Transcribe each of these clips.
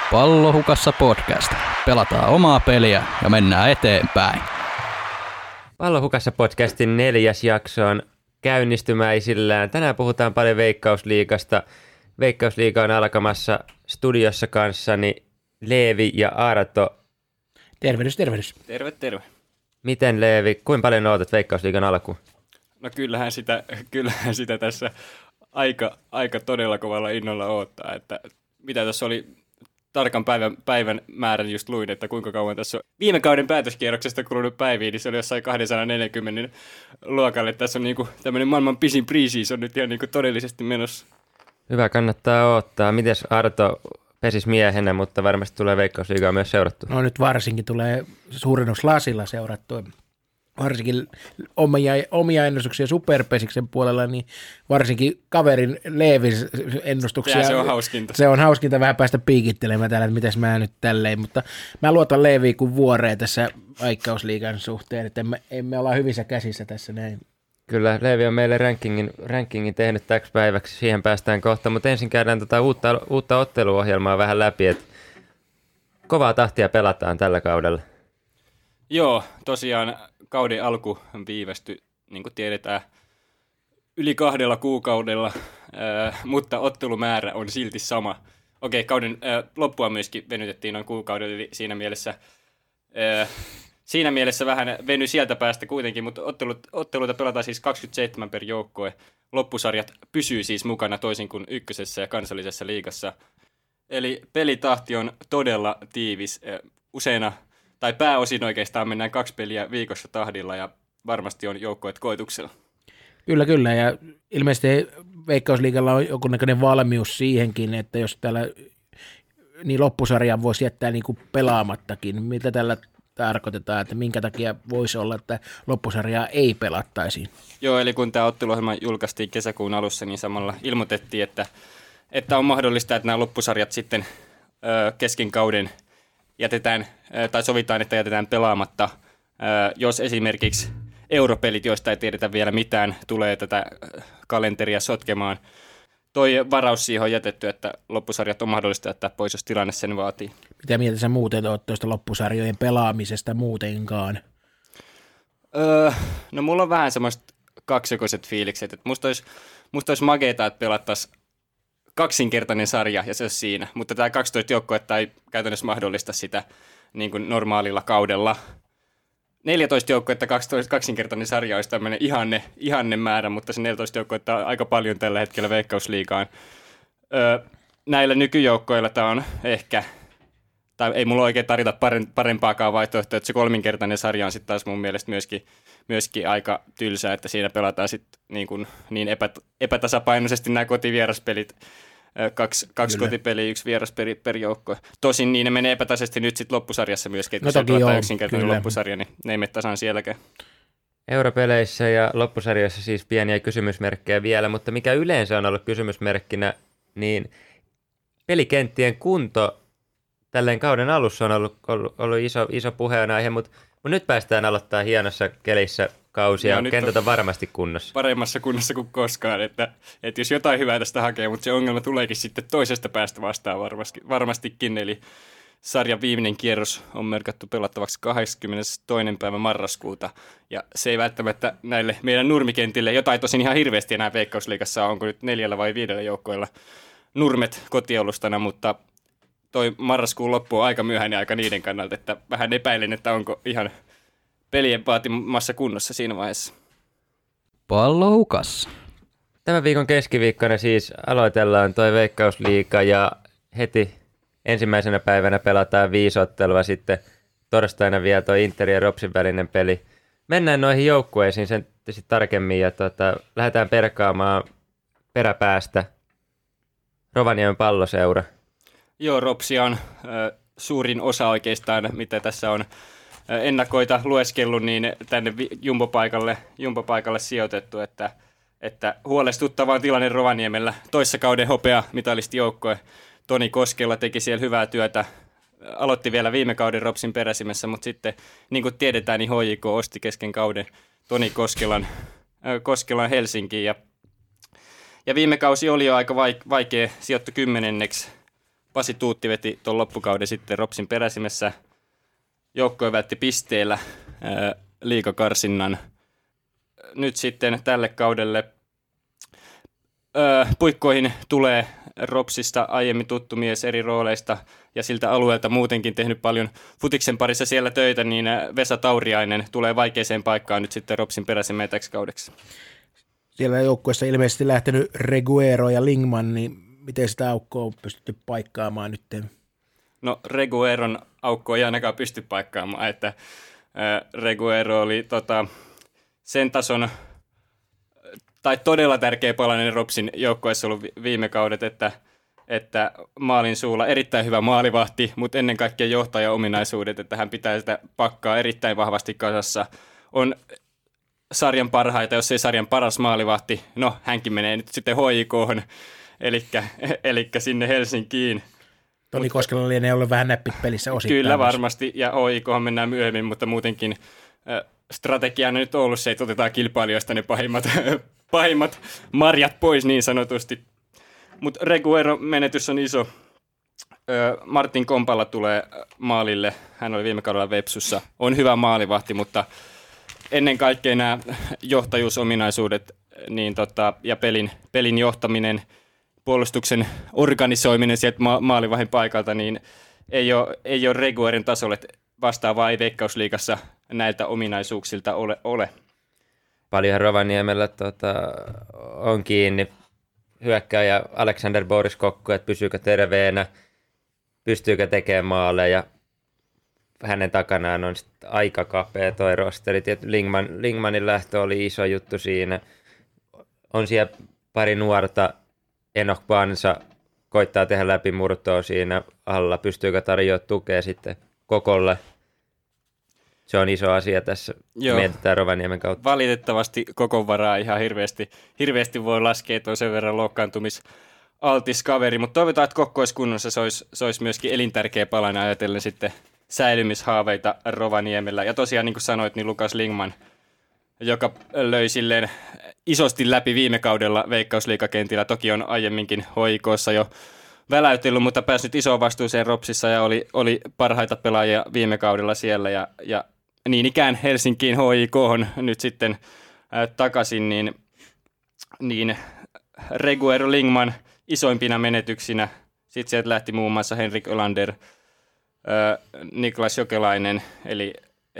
Pallohukassa podcast. Pelataan omaa peliä ja mennään eteenpäin. Pallohukassa podcastin 4. jakso on käynnistymäisillään. Tänään puhutaan paljon Veikkausliigasta. Veikkausliiga on alkamassa studiossa kanssani Leevi ja Arto. Tervehdys. Terve. Miten Leevi, kuinka paljon odotat Veikkausliigan alkuun? No kyllähän sitä tässä aika todella kovalla innolla odottaa, että mitä tässä oli tarkan päivän määrän just luin, että kuinka kauan tässä on viime kauden päätöskierroksesta kulunut päiviä, niin se oli jossain 240 luokalle. Tässä on niinku tämmöinen maailman pisin pre-season nyt ihan niinku todellisesti menossa. Hyvä, kannattaa odottaa. Mites Arto pesis miehenä, mutta varmasti tulee Veikkausliigaa myös seurattua? No nyt varsinkin tulee suurennuslasilla seurattua. Varsinkin omia ennustuksia Superpesiksen puolella, niin varsinkin kaverin Leevin ennustuksia. Se on hauskinta. Se on hauskinta vähän päästä piikittelemään täällä, että mitäs mä nyt tälleen, mutta mä luotan Leeviin kuin vuoreen tässä Veikkausliigan suhteen, että emme olla hyvissä käsissä tässä näin. Kyllä, Leevi on meille rankingin tehnyt täksi päiväksi, siihen päästään kohta, mutta ensin käydään uutta otteluohjelmaa vähän läpi, että kovaa tahtia pelataan tällä kaudella. Joo, tosiaan kauden alku viivästyi, niin kuin tiedetään, yli 2 kuukaudella, mutta ottelumäärä on silti sama. Okei, kauden loppua myöskin venytettiin noin kuukaudella, eli siinä mielessä vähän venyi sieltä päästä kuitenkin, mutta otteluita pelataan siis 27 per joukkue. Loppusarjat pysyy siis mukana toisin kuin ykkösessä ja kansallisessa liigassa. Eli pelitahti on todella tiivis. Useina tai pääosin oikeastaan mennään 2 peliä viikossa tahdilla ja varmasti on joukkueet koetuksella. Kyllä, ja ilmeisesti Veikkausliigalla on jonkunnäköinen valmius siihenkin, että jos täällä niin loppusarjan voisi jättää niin kuin pelaamattakin, mitä tällä tarkoitetaan, että minkä takia voisi olla, että loppusarjaa ei pelattaisi. Joo, eli kun tämä otteluohjelma julkaistiin kesäkuun alussa, niin samalla ilmoitettiin, että on mahdollista, että nämä loppusarjat sitten kesken kauden jätetään, tai sovitaan, että jätetään pelaamatta, jos esimerkiksi europelit, joista ei tiedetä vielä mitään, tulee tätä kalenteria sotkemaan. Toi varaus siihen on jätetty, että loppusarjat on mahdollista jättää pois, jos tilanne sen vaatii. Mitä mieltä sä muuten oot tuosta loppusarjojen pelaamisesta muutenkaan? No mulla on vähän semmoiset kaksikoiset fiilikset, että musta olisi makeeta, että pelattaisiin kaksinkertainen sarja ja se on siinä, mutta tämä 12 joukkuetta ei käytännössä mahdollista sitä niin kuin normaalilla kaudella. 14 joukkuetta, 12 kaksinkertainen sarja olisi tämmöinen ihanne määrä, mutta se 14 joukkuetta on aika paljon tällä hetkellä Veikkausliigaan. Näillä nykyjoukkoilla tämä on ehkä, tai ei mulla oikein tarjota parempaakaan vaihtoehtoa, että se 3-kertainen sarja on sitten taas mun mielestä myöskin aika tylsää, että siinä pelataan sitten niin epätasapainoisesti nämä kotivieraspelit. Kaksi kotipeliä, 1 vieraspeli per joukko. Tosin niin ne menee epätasaisesti nyt sitten loppusarjassa myöskin, että se on yksinkertainen loppusarja, niin ne ei mene tasan sielläkään. Europeleissä ja loppusarjoissa siis pieniä kysymysmerkkejä vielä, mutta mikä yleensä on ollut kysymysmerkkinä, niin pelikenttien kunto tälleen kauden alussa on ollut iso puheenaihe, mutta nyt päästään aloittamaan hienossa kelissä kausia. No, kentät on varmasti kunnossa. Paremmassa kunnossa kuin koskaan, että jos jotain hyvää tästä hakee, mutta se ongelma tuleekin sitten toisesta päästä vastaan varmastikin, eli sarjan viimeinen kierros on merkattu pelattavaksi 22. päivä marraskuuta, ja se ei välttämättä näille meidän nurmikentille, jotain tosin ihan hirveästi enää Veikkausliigassa, onko nyt 4 vai 5 joukkoilla nurmet kotiolustana, mutta toi marraskuun loppu on aika myöhäinen aika niiden kannalta, että vähän epäilen, että onko ihan pelien vaatimassa kunnossa siinä vaiheessa. Pallohukassa. Tämän viikon keskiviikkona siis aloitellaan toi Veikkausliiga ja heti ensimmäisenä päivänä pelataan 5 ottelua, sitten torstaina vielä toi Inter ja Ropsin välinen peli. Mennään noihin joukkueisiin sen tarkemmin ja lähdetään perkaamaan peräpäästä Rovaniemen Palloseura. Joo, Ropsia on suurin osa mitä tässä on ennakoita lueskellut, niin tänne jumbopaikalle sijoitettu, että huolestuttava tilanne Rovaniemellä. Toissa kauden hopea mitalistijoukkue Toni Koskela teki siellä hyvää työtä. Aloitti vielä viime kauden Ropsin peräsimessä, mutta sitten niin kuin tiedetään, niin HJK osti kesken kauden Toni Koskelan Helsinkiin. Ja viime kausi oli jo aika vaikea, sijoittui 10. Pasi Tuutti veti tuon loppukauden sitten Ropsin peräsimessä. Joukkue vältti pisteellä liigakarsinnan. Nyt sitten tälle kaudelle puikkoihin tulee Ropsista aiemmin tuttu mies eri rooleista ja siltä alueelta muutenkin tehnyt paljon futiksen parissa siellä töitä, niin Vesa Tauriainen tulee vaikeaseen paikkaan nyt sitten Ropsin peräsimeen täksi kaudeksi. Siellä joukkueessa ilmeisesti lähtenyt Reguero ja Lingman, niin miten sitä aukkoa on pystytty paikkaamaan nyt? No Regueron aukko ei ainakaan pysty paikkaamaan, että Reguero oli sen tason tai todella tärkeä palanen Ropsin joukkueessa ollut viime kaudet, että maalin suulla erittäin hyvä maalivahti, mutta ennen kaikkea johtajaominaisuudet, että hän pitää sitä pakkaa erittäin vahvasti kasassa. On sarjan parhaita, jos ei sarjan paras maalivahti, no hänkin menee nyt sitten HJK:hon, eli sinne Helsinkiin. Toni Koskela lienee ollut vähän näppit pelissä osittain. Kyllä varmasti, ja HJK:hon mennään myöhemmin, mutta muutenkin strategiana nyt ollut se, että otetaan kilpailijoista ne pahimmat marjat pois niin sanotusti. Mutta Regueron menetys on iso. Martin Kompalla tulee maalille. Hän oli viime kaudella Vepsussa. On hyvä maalivahti, mutta ennen kaikkea nämä johtajuusominaisuudet niin ja pelin johtaminen, puolustuksen organisoiminen sieltä maalivahdin paikalta, niin ei ole Regueron tasolle vastaavaa ei Veikkausliigassa näiltä ominaisuuksilta ole. Paljonhan Rovaniemellä on kiinni hyökkääjä Alexander Boris Kokko, että pysyykö terveenä, pystyykö tekemään maaleja. Hänen takanaan on aika kapea toi rosteri. Lingmanin lähtö oli iso juttu siinä. On siellä pari nuorta, Enoch Pansa koittaa tehdä läpimurtoa siinä alla. Pystyykö tarjoamaan tukea sitten Kokolle? Se on iso asia tässä. Mietitään Rovaniemen kautta. Valitettavasti Kokon varaa ihan hirveästi voi laskea, että on sen verran loukkaantumisaltis kaveri, mutta toivotaan, että Kokko olisi kunnossa. Se olisi myöskin elintärkeä palanen ajatellen sitten säilymishaaveita Rovaniemellä. Ja tosiaan, niin kuin sanoit, niin Lukas Lingman, joka löi silleen isosti läpi viime kaudella Veikkausliigakentillä. Toki on aiemminkin HJK:ssa jo väläytellyt, mutta päässyt isoon vastuuseen Ropsissa ja oli parhaita pelaajia viime kaudella siellä. Ja niin ikään Helsinkiin HJK:hon nyt sitten takaisin, niin Reguero Lingman isoimpina menetyksinä. Sitten sieltä lähti muun muassa Henrik Ölander, Niklas Jokelainen, eli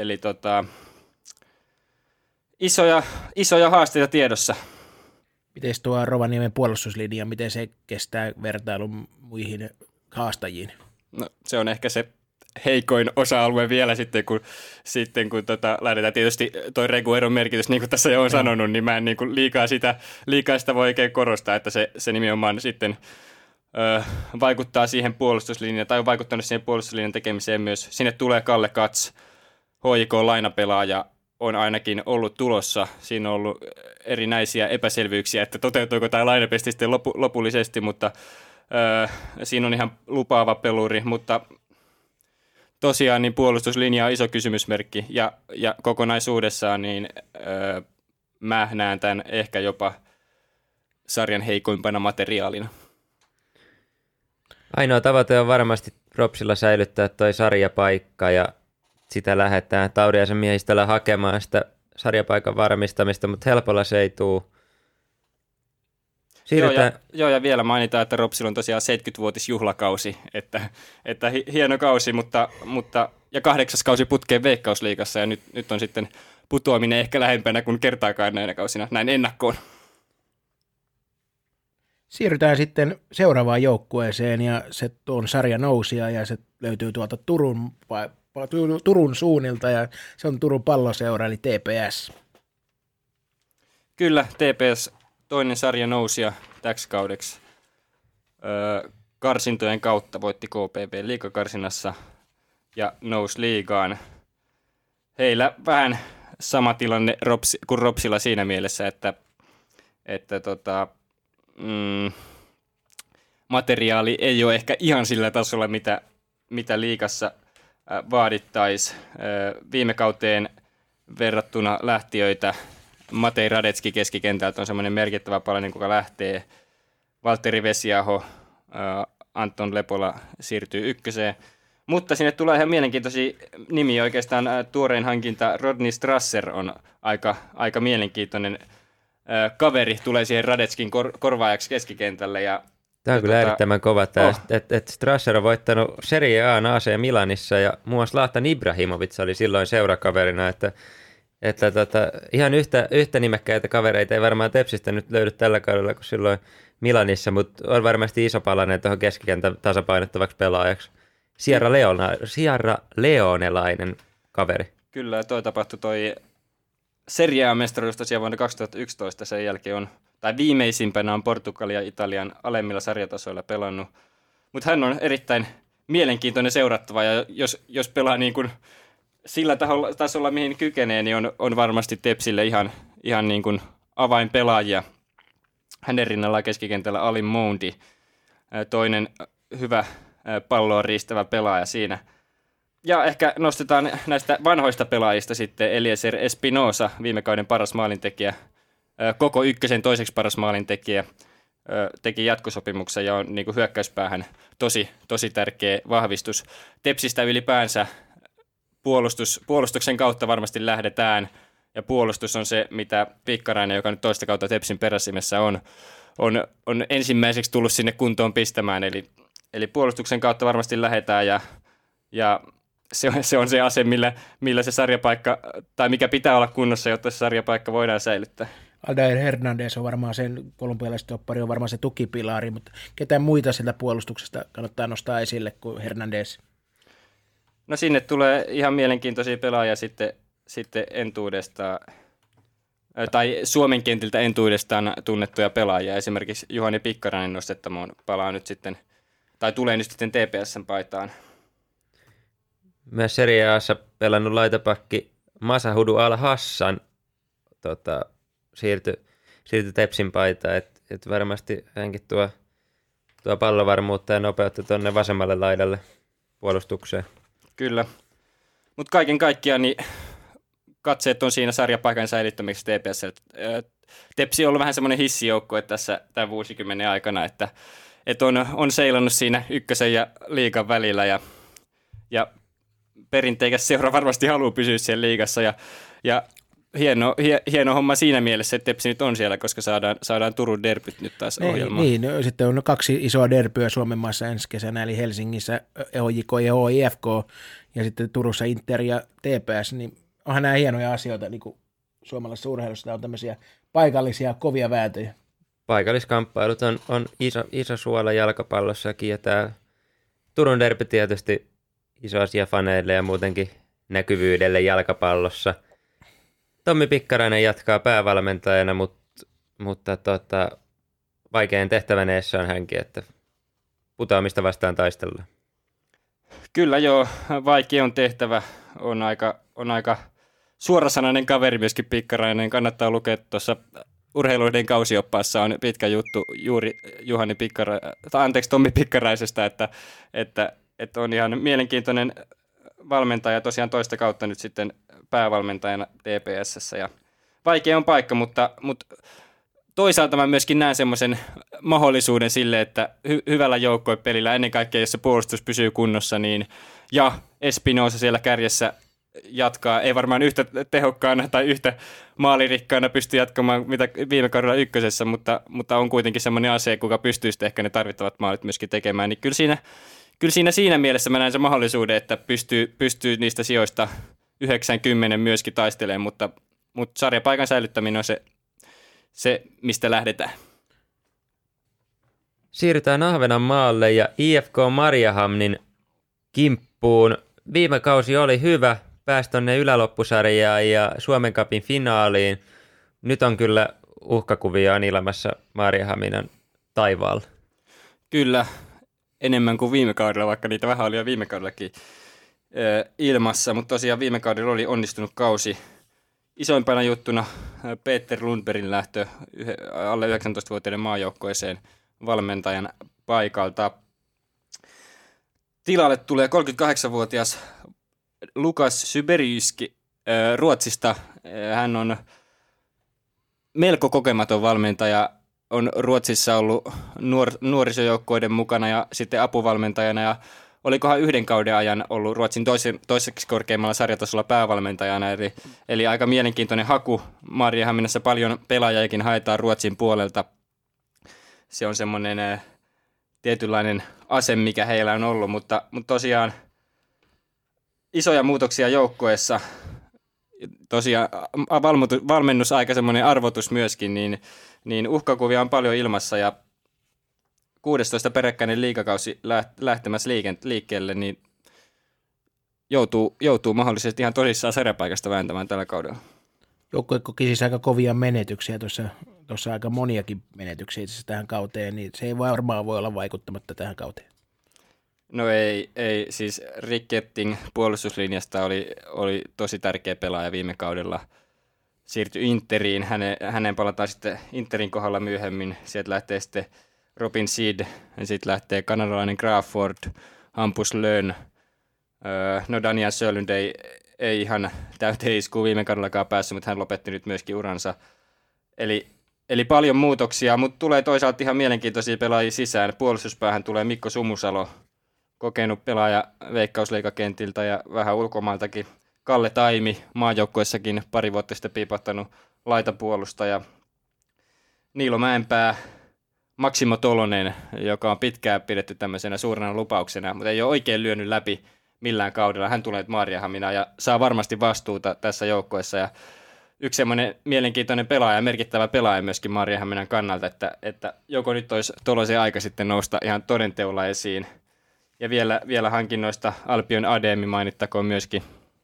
isoja haasteita tiedossa. Miten tuo Rovaniemen puolustuslinja, miten se kestää vertailun muihin haastajiin? No, se on ehkä se heikoin osa-alue vielä sitten, kun lähdetään. Tietysti toi Regueron merkitys, niin kuin tässä jo on sanonut, niin mä en niin kuin liikaa sitä voi oikein korostaa, että se nimenomaan sitten vaikuttaa siihen puolustuslinjaan, tai on vaikuttanut siihen puolustuslinjan tekemiseen myös. Sinne tulee Kalle Kats, HJK-lainapelaaja, on ainakin ollut tulossa. Siinä on ollut erinäisiä epäselvyyksiä, että toteutuuko tämä lainapesti sitten lopullisesti, mutta siinä on ihan lupaava peluri, mutta tosiaan niin puolustuslinja on iso kysymysmerkki, ja kokonaisuudessaan niin mä näen tämän ehkä jopa sarjan heikoimpana materiaalina. Ainoa tavoite on varmasti Ropsilla säilyttää toi sarjapaikka, ja sitä lähdetään Tauriaisen miehistöllä hakemaan sitä sarjapaikan varmistamista, mutta helpolla se ei tule. Joo, ja vielä mainitaan, että Ropsilla on tosiaan 70-vuotisjuhlakausi, että hieno kausi, mutta ja 8. kausi putkeen Veikkausliigassa, ja nyt on sitten putoaminen ehkä lähempänä kuin kertaakaan näinä kausina, näin ennakkoon. Siirrytään sitten seuraavaan joukkueeseen, ja se on sarjanousija, ja se löytyy tuolta Turun suunnilta, ja se on Turun Palloseura, eli TPS. Kyllä, TPS toinen sarjanousija täksi kaudeksi. Karsintojen kautta voitti KPV liigakarsinnassa ja nousi liigaan. Heillä vähän sama tilanne kuin Ropsilla siinä mielessä, että materiaali ei ole ehkä ihan sillä tasolla, mitä liigassa vaadittaisiin. Viime kauteen verrattuna lähtiöitä Matei Radetski keskikentältä on semmoinen merkittävä palanen, kuka lähtee. Valtteri Vesiaho Anton Lepola siirtyy ykköseen. Mutta sinne tulee ihan mielenkiintoisia nimiä. Oikeastaan tuorein hankinta Rodney Strasser on aika mielenkiintoinen kaveri. Tulee siihen Radetskin korvaajaksi keskikentälle. Tämä on kyllä erittäin kova, että Strasser on voittanut Serie A AC Milanissa ja muun muassa Zlatan Ibrahimovic oli silloin seurakaverina, että ihan yhtä nimekkäitä kavereita ei varmaan Tepsistä nyt löydy tällä kaudella kuin silloin Milanissa, mutta on varmasti iso palanen tuohon keskikentän tasapainottavaksi pelaajaksi. Sierra Leonelainen kaveri. Kyllä, tapahtui Serie A-mestaruus tosiaan vuonna 2011, sen jälkeen viimeisimpänä on Portugali ja Italian alemmilla sarjatasoilla pelannut. Mutta hän on erittäin mielenkiintoinen seurattava, ja jos pelaa niin kuin sillä tasolla, mihin kykenee, niin on varmasti Tepsille ihan niin kuin avainpelaajia. Hänen rinnallaan keskikentällä Alin Moundi, toinen hyvä palloa riistävä pelaaja siinä. Ja ehkä nostetaan näistä vanhoista pelaajista sitten Eliezer Espinosa, viime kauden paras maalintekijä, koko ykkösen toiseksi paras maalintekijä, teki jatkosopimuksen ja on niin kuin hyökkäyspäähän tosi tärkeä vahvistus. Tepsistä ylipäänsä puolustuksen kautta varmasti lähdetään, ja puolustus on se, mitä Pikkarainen, joka nyt toista kautta Tepsin peräsimessä on ensimmäiseksi tullut sinne kuntoon pistämään, eli puolustuksen kautta varmasti lähdetään, ja se on se ase, millä se sarjapaikka, tai mikä pitää olla kunnossa, jotta se sarjapaikka voidaan säilyttää. Aldair Hernandez on varmaan sen kolumbialaistoppari, on varmaan se tukipilari, mutta ketään muita sieltä puolustuksesta kannattaa nostaa esille kuin Hernandez? No sinne tulee ihan mielenkiintoisia pelaajia sitten entuudestaan, tai Suomen kentiltä entuudestaan tunnettuja pelaajia. Esimerkiksi Juhani Pikkarainen nostettamoon palaa nyt sitten, tai tulee nyt sitten TPS:n paitaan. Myös Serie A:ssa pelannut laitapakki Masahudu Al-Hassan siirtyi Tepsin paitaan, että varmasti hänkin tuo pallovarmuutta ja nopeutta tuonne vasemmalle laidalle puolustukseen. Kyllä, mutta kaiken kaikkiaan niin katseet on siinä sarjapaikan säilyttämiseksi TPS:llä. Tepsi on ollut vähän semmoinen hissijoukko tässä tämän vuosikymmenen aikana, että on seilannut siinä ykkösen ja liigan välillä, ja perinteikäs seura varmasti haluaa pysyä siellä liigassa, ja hieno homma siinä mielessä, että Tepsi nyt on siellä, koska saadaan Turun derbyt nyt taas ohjelmaan. Niin, sitten on 2 isoa derbyä Suomen maassa ensi kesänä, eli Helsingissä EHJK ja HIFK, ja sitten Turussa Inter ja TPS, niin onhan nämä hienoja asioita, niin kuin suomalaisessa urheilussa on tämmöisiä paikallisia kovia vääntöjä. Paikalliskamppailut on iso suola jalkapallossakin, ja tämä Turun derby tietysti iso asia faneille ja muutenkin näkyvyydelle jalkapallossa. Tommi Pikkarainen jatkaa päävalmentajana, mutta vaikein tehtävän eessä on hänkin, että putoamista vastaan taistellaan. Kyllä joo, vaikea on tehtävä. On aika suorasanainen kaveri myöskin Pikkarainen. Kannattaa lukea tuossa urheiluiden kausioppaassa on pitkä juttu juuri Tommi Pikkaraisesta, että on ihan mielenkiintoinen valmentaja tosiaan toista kautta nyt sitten päävalmentajana TPS:ssä, ja vaikea on paikka, mutta toisaalta mä myöskin näen semmoisen mahdollisuuden sille, että hyvällä joukkuepelillä ennen kaikkea, jos se puolustus pysyy kunnossa, niin ja Espinosa siellä kärjessä jatkaa, ei varmaan yhtä tehokkaana tai yhtä maalirikkaana pysty jatkamaan mitä viime kaudella ykkösessä, mutta on kuitenkin semmoinen ase, kuka pystyy sitten ehkä ne tarvittavat maalit myöskin tekemään, niin kyllä siinä mielessä mä näen sen mahdollisuuden, että pystyy niistä sijoista 90 myöskin taistelemaan, mutta sarjapaikan säilyttäminen on se, mistä lähdetään. Siirrytään Ahvenanmaalle ja IFK Mariehamnin kimppuun. Viime kausi oli hyvä, pääsi tuonne yläloppusarjaan ja Suomen Cupin finaaliin. Nyt on kyllä uhkakuvia on ilmassa Mariehaminan taivaalla. Kyllä, enemmän kuin viime kaudella, vaikka niitä vähän oli jo viime kaudellakin ilmassa, mutta tosiaan viime kaudella oli onnistunut kausi. Isoimpana juttuna Peter Lundbergin lähtö alle 19-vuotiaiden maajoukkoeseen valmentajan paikalta. Tilalle tulee 38-vuotias Lukas Syberiyski Ruotsista. Hän on melko kokematon valmentaja on Ruotsissa ollut nuorisojoukkoiden mukana ja sitten apuvalmentajana ja olikohan yhden kauden ajan ollut Ruotsin toiseksi korkeimmalla sarjatasolla päävalmentajana, eli aika mielenkiintoinen haku. Maarianhaminassa paljon pelaajiakin haetaan Ruotsin puolelta. Se on semmoinen tietynlainen ase, mikä heillä on ollut, mutta tosiaan isoja muutoksia joukkueessa. Tosiaan valmennus aika semmoinen arvotus myöskin, niin uhkakuvia on paljon ilmassa ja 16 peräkkäinen liigakausi lähtemässä liikkeelle, niin joutuu mahdollisesti ihan tosissaan sarjapaikasta vääntämään tällä kaudella. Joukkue koki siis aika kovia menetyksiä, tuossa aika moniakin menetyksiä itse tähän kauteen, niin se ei varmaan voi olla vaikuttamatta tähän kauteen. No ei siis Rick Ketting puolustuslinjasta oli tosi tärkeä pelaaja viime kaudella. Siirtyi Interiin, hänen palataan sitten Interin kohdalla myöhemmin, sieltä lähtee sitten Robin Seed, ja sitten lähtee kanadalainen Crawford, Hampus Lönn. No Daniel Sörlund ei ihan täyteen iskuun viime kaudellakaan päässyt, mutta hän lopetti nyt myöskin uransa. Eli paljon muutoksia, mutta tulee toisaalta ihan mielenkiintoisia pelaajia sisään. Puolustuspäähän tulee Mikko Sumusalo, kokenut pelaaja Veikkausliigakentiltä ja vähän ulkomailtakin. Kalle Taimi, maajoukkuessakin pari vuotta sitten piipottanut laitapuolustaja. Niilo Mäenpää, Maksimo Tolonen, joka on pitkään pidetty tämmöisenä suurena lupauksena, mutta ei ole oikein lyönyt läpi millään kaudella. Hän tulee Maarianhaminaan ja saa varmasti vastuuta tässä joukkueessa. Ja yksi semmoinen mielenkiintoinen pelaaja, merkittävä pelaaja myöskin Maarianhaminan kannalta, että joko nyt olisi Tolosen aika sitten nousta ihan todenteolla esiin. Ja vielä hankinnoista Alpion Ademi mainittakoon myöskin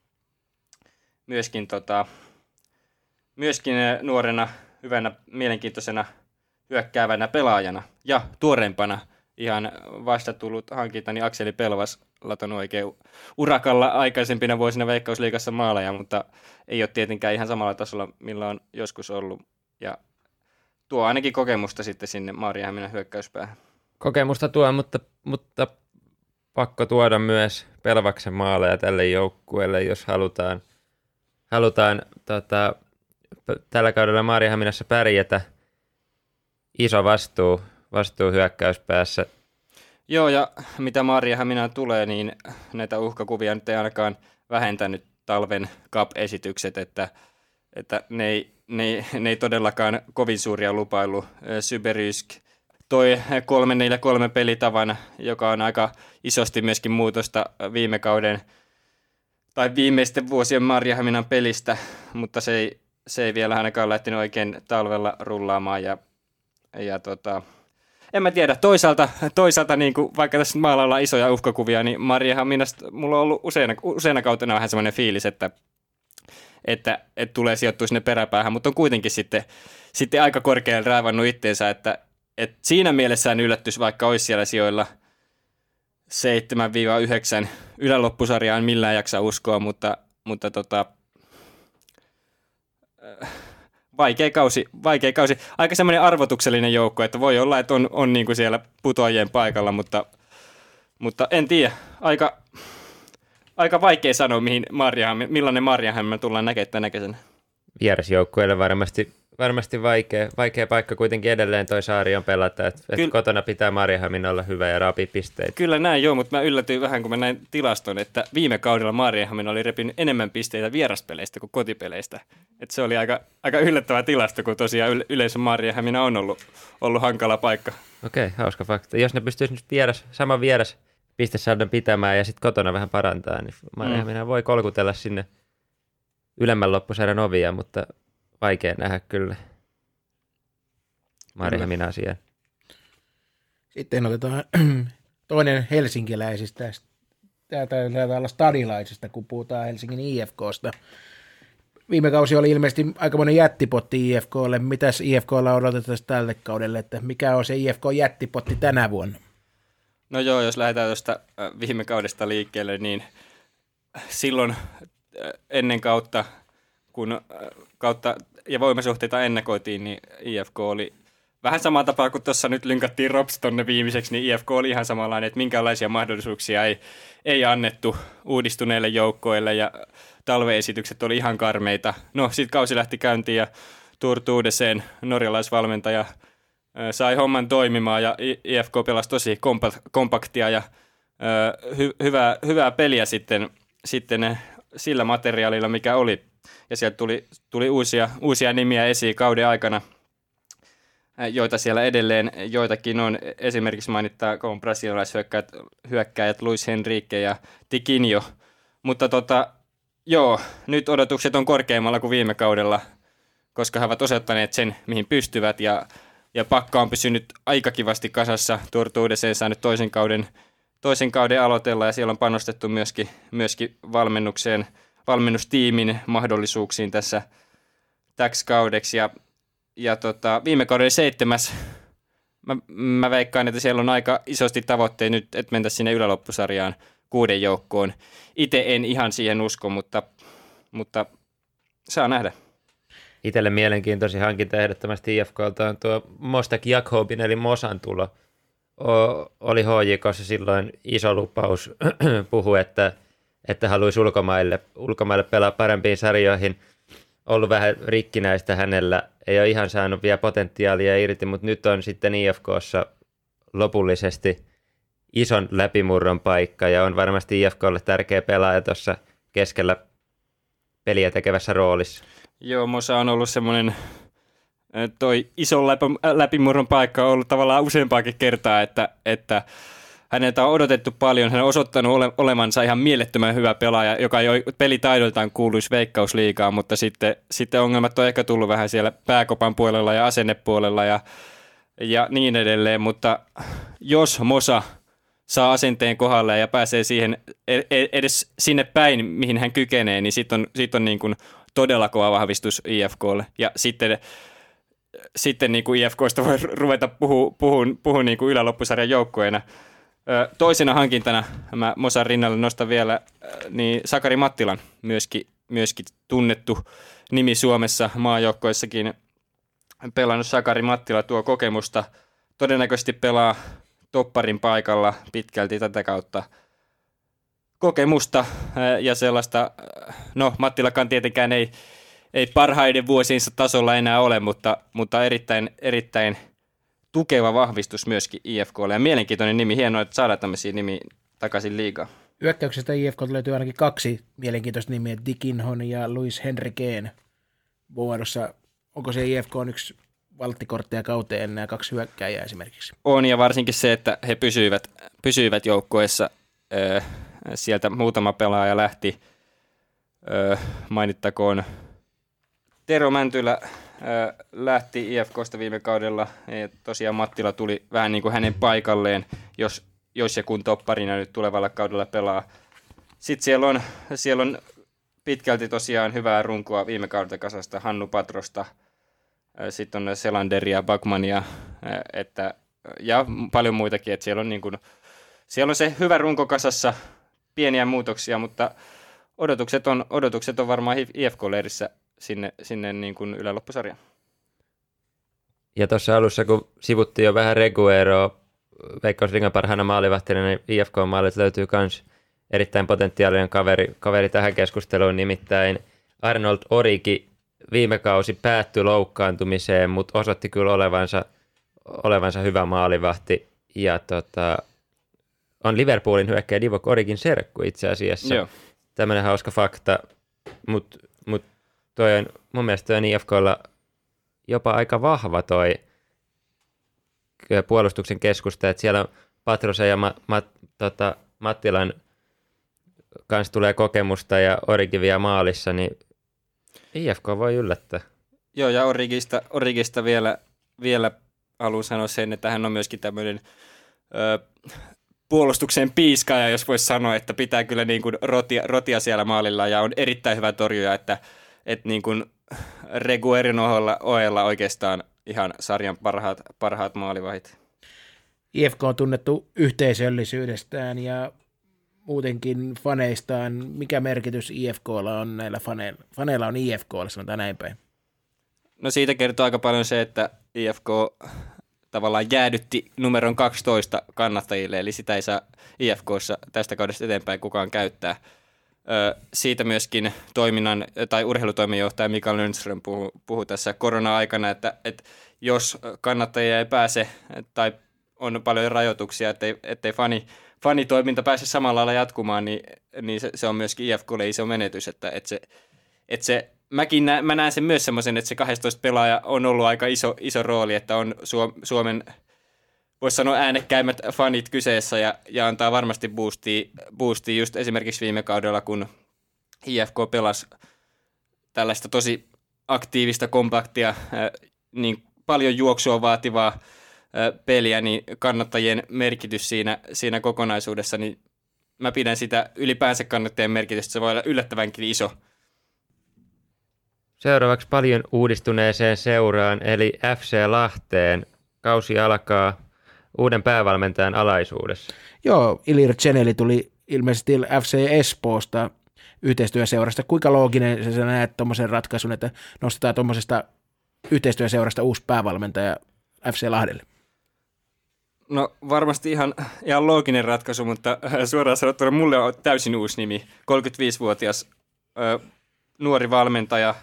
nuorena, hyvänä, mielenkiintoisena hyökkäävänä pelaajana ja tuoreempana ihan vasta tullut hankinta, niin Akseli Pelvas latonut oikein urakalla aikaisempina vuosina Veikkausliigassa maaleja, mutta ei ole tietenkään ihan samalla tasolla, millä on joskus ollut. Ja tuo ainakin kokemusta sitten sinne Maarianhaminan hyökkäyspäähän. Kokemusta tuo, mutta pakko tuoda myös Pelvaksen maaleja tälle joukkueelle, jos halutaan tällä kaudella Maarianhaminassa pärjätä. Iso vastuu hyökkäyspäässä. Joo, ja mitä Maarianhaminaan tulee, niin näitä uhkakuvia nyt ei ainakaan vähentänyt talven cup-esitykset, että ne ei todellakaan kovin suuria lupailu. Syberysk toi 3-4-3 pelitavan, joka on aika isosti myöskin muutosta viime kauden tai viimeisten vuosien Maarianhaminan pelistä, mutta se ei vielä ainakaan lähtenyt oikein talvella rullaamaan ja en mä tiedä, toisaalta niin kuin, vaikka tässä maalaillaan isoja uhkakuvia, niin Maarianhaminasta mulla on ollut useana kautena vähän semmoinen fiilis, että tulee sijoittua sinne peräpäähän, mutta on kuitenkin sitten aika korkealle raivannut itteensä, että siinä mielessään yllätys, vaikka olisi siellä sijoilla 7-9 yläloppusarjaan millään jaksa uskoa, mutta vaikea kausi. Aika semmoinen arvotuksellinen joukko, että voi olla, että on niin kuin siellä putoajien paikalla, mutta en tiedä. Aika vaikea sanoa, millainen Maarianhamina tullaan näkemään tänä kesänä. Vierasjoukkueelle varmasti vaikea paikka kuitenkin edelleen toi Saarion pelata, että kotona pitää Maarianhamina olla hyvä ja raapii pisteitä. Kyllä näin joo, mutta mä yllätyin vähän, kun mä näin tilaston, että viime kaudella Maarianhamina oli repinyt enemmän pisteitä vieraspeleistä kuin kotipeleistä. Että se oli aika yllättävä tilasto, kun tosiaan yleensä Maarianhamina on ollut hankala paikka. Okei, hauska fakta. Jos ne pystyisi nyt saman vieras pistesaldon pitämään ja sitten kotona vähän parantaa, niin Maarianhamina voi kolkutella sinne ylemmän loppusarjan ovia, mutta vaikea nähdä kyllä Maarianhaminan asiaan. Sitten otetaan toinen helsinkiläisistä, taitaa olla stadilaisista, kun puhutaan Helsingin IFKsta. Viime kausi oli ilmeisesti aikamoinen jättipotti IFKlle. Mitäs IFKlla odotetaan tälle kaudelle, että mikä on se IFK-jättipotti tänä vuonna? No joo, jos lähdetään tuosta viime kaudesta liikkeelle, niin silloin ennen kautta, kun kautta ja voimasuhteita ennakoitiin, niin IFK oli vähän sama tapaa kuin tuossa nyt lynkattiin Rops tonne viimeiseksi, niin IFK oli ihan samanlainen, että minkälaisia mahdollisuuksia ei annettu uudistuneille joukkoille ja talveesitykset oli ihan karmeita. No sitten kausi lähti käyntiin ja Tur Tudesen norjalaisvalmentaja sai homman toimimaan ja IFK pelasi tosi kompaktia ja hyvää peliä sitten sillä materiaalilla, mikä oli. Ja sieltä tuli uusia nimiä esiin kauden aikana, joita siellä edelleen joitakin on. Esimerkiksi mainittakoon brasilialaishyökkääjät Luis Henrique ja Tiquinho. Mutta nyt odotukset on korkeammalla kuin viime kaudella, koska he ovat osoittaneet sen, mihin pystyvät. Ja pakka on pysynyt aika kivasti kasassa. Turtuudeseen saanut toisen kauden aloitella ja siellä on panostettu myöskin valmennustiimin mahdollisuuksiin täksi kaudeksi. Ja viime kauden 7. Mä veikkaan, että siellä on aika isosti tavoitteet nyt, että mentäisiin sinne yläloppusarjaan 6 joukkoon. Itse en ihan siihen usko, mutta saa nähdä. Itselle mielenkiintoisin hankinta ehdottomasti IFK:lta on tuo Mostak Jakobin eli Mosan tulo. Oli HJK:ssa silloin iso lupaus puhui, että haluaisi ulkomaille pelaa parempiin sarjoihin. Ollut vähän rikkinäistä hänellä, ei ole ihan saanut vielä potentiaalia irti, mutta nyt on sitten IFK:ssa lopullisesti ison läpimurron paikka ja on varmasti IFK:lle tärkeä pelaaja tuossa keskellä peliä tekevässä roolissa. Joo, Mosa on ollut semmoinen, toi ison läpimurron paikka on ollut tavallaan useampaakin kertaa, että häneltä on odotettu paljon. Hän on osoittanut olevansa ihan mielettömän hyvä pelaaja, joka ei pelitaidoiltaan kuuluisi Veikkausliigaan, mutta sitten ongelmat on ehkä tullut vähän siellä pääkopan puolella ja asennepuolella ja niin edelleen. Mutta jos Mosa saa asenteen kohdalle ja pääsee siihen edes sinne päin, mihin hän kykenee, niin sit on niin kuin todella kova vahvistus IFK:lle. Ja sitten niin kuin IFK:sta voi ruveta puhua niin kuin yläloppusarjan joukkueena. Toisena hankintana mä Mosan rinnalle nostan vielä niin Sakari Mattilan, myöskin tunnettu nimi Suomessa maajoukkoissakin pelannut Sakari Mattila tuo kokemusta. Todennäköisesti pelaa topparin paikalla pitkälti tätä kautta kokemusta ja sellaista, no Mattilakaan tietenkään ei parhaiden vuosiinsa tasolla enää ole, mutta erittäin tukeva vahvistus myöskin IFK:lle ja mielenkiintoinen nimi. Hienoa, että saadaan tämmöisiä nimiä takaisin liigaan. Hyökkäyksestä IFK:lta löytyy ainakin 2 mielenkiintoista nimiä, Tiquinhon ja Luis Henriqueen muodossa. Onko se IFK on yksi valttikortteja kauteen nämä 2 hyökkääjää esimerkiksi? On, ja varsinkin se, että he pysyivät joukkueessa. Sieltä muutama pelaaja lähti. Mainittakoon Tero Mäntylä lähti IFK:sta viime kaudella. Ja tosiaan Mattila tuli vähän niin kuin hänen paikalleen, jos ja kun topparina nyt tulevalla kaudella pelaa. Sitten siellä on pitkälti tosiaan hyvää runkoa viime kaudelta kasasta Hannu Patrosta. Sitten on Selanderia, Backmania ja paljon muitakin. Että siellä on se hyvä runko kasassa, pieniä muutoksia, mutta odotukset on varmaan IFK-leirissä sinne niin kuin yläloppusarjaan. Ja tuossa alussa, kun sivuttiin jo vähän Regueroa Veikkausliigan parhaana maalivahtina, niin IFK-maalit löytyy myös erittäin potentiaalinen kaveri tähän keskusteluun, nimittäin Arnold Origi viime kausi päättyi loukkaantumiseen, mutta osoitti kyllä olevansa hyvä maalivahti ja on Liverpoolin hyökkääjä Divock Origin serkku itse asiassa. Joo. Tämmöinen hauska fakta, mutta toi on, mun mielestä toi on IFK:lla jopa aika vahva toi puolustuksen keskusta, että siellä on Patrosen ja Mattilan kanssa tulee kokemusta ja Origi vielä maalissa, niin IFK voi yllättää. Joo, ja Origista vielä haluan sanoa sen, että hän on myöskin tämmöinen puolustuksen piiskaaja, jos voisi sanoa, että pitää kyllä niin kuin rotia siellä maalilla ja on erittäin hyvä torjuja, että niin kuin Reguerin ohella oikeastaan ihan sarjan parhaat maalivahit. IFK on tunnettu yhteisöllisyydestään ja muutenkin faneistaan. Mikä merkitys IFK:lla on näillä faneilla? Faneilla on IFK:lla, sanotaan näin päin. No siitä kertoo aika paljon se, että IFK tavallaan jäädytti numeron 12 kannattajille, eli sitä ei saa IFK:ssa tästä kaudesta eteenpäin kukaan käyttää. Siitä myöskin toiminnan tai urheilutoimenjohtaja Mikael Lundström puhui tässä korona-aikana, että jos kannattajia ei pääse tai on paljon rajoituksia, ettei fanitoiminta pääse samalla lailla jatkumaan, niin se on myöskin IFK:lle iso menetys, mä näen sen myös semmoisen, että se 12 pelaaja on ollut aika iso rooli, että on Suomen, voisi sanoa äänekkäimmät fanit kyseessä ja antaa varmasti boostia just esimerkiksi viime kaudella, kun IFK pelasi tällaista tosi aktiivista, kompaktia, niin paljon juoksua vaativaa peliä, niin kannattajien merkitys siinä kokonaisuudessa, niin mä pidän sitä ylipäänsä kannattajien merkitystä, se voi olla yllättävänkin iso. Seuraavaksi paljon uudistuneeseen seuraan, eli FC Lahteen. Kausi alkaa uuden päävalmentajan alaisuudessa. Joo, Ilir Ceneli tuli ilmeisesti FC Espoosta yhteistyöseurasta. Kuinka looginen sä näet tuommoisen ratkaisun, että nostetaan tuommoisesta yhteistyöseurasta uusi päävalmentaja FC Lahdelle? No varmasti ihan looginen ratkaisu, mutta suoraan sanottuna mulle on täysin uusi nimi. 35-vuotias nuori valmentaja.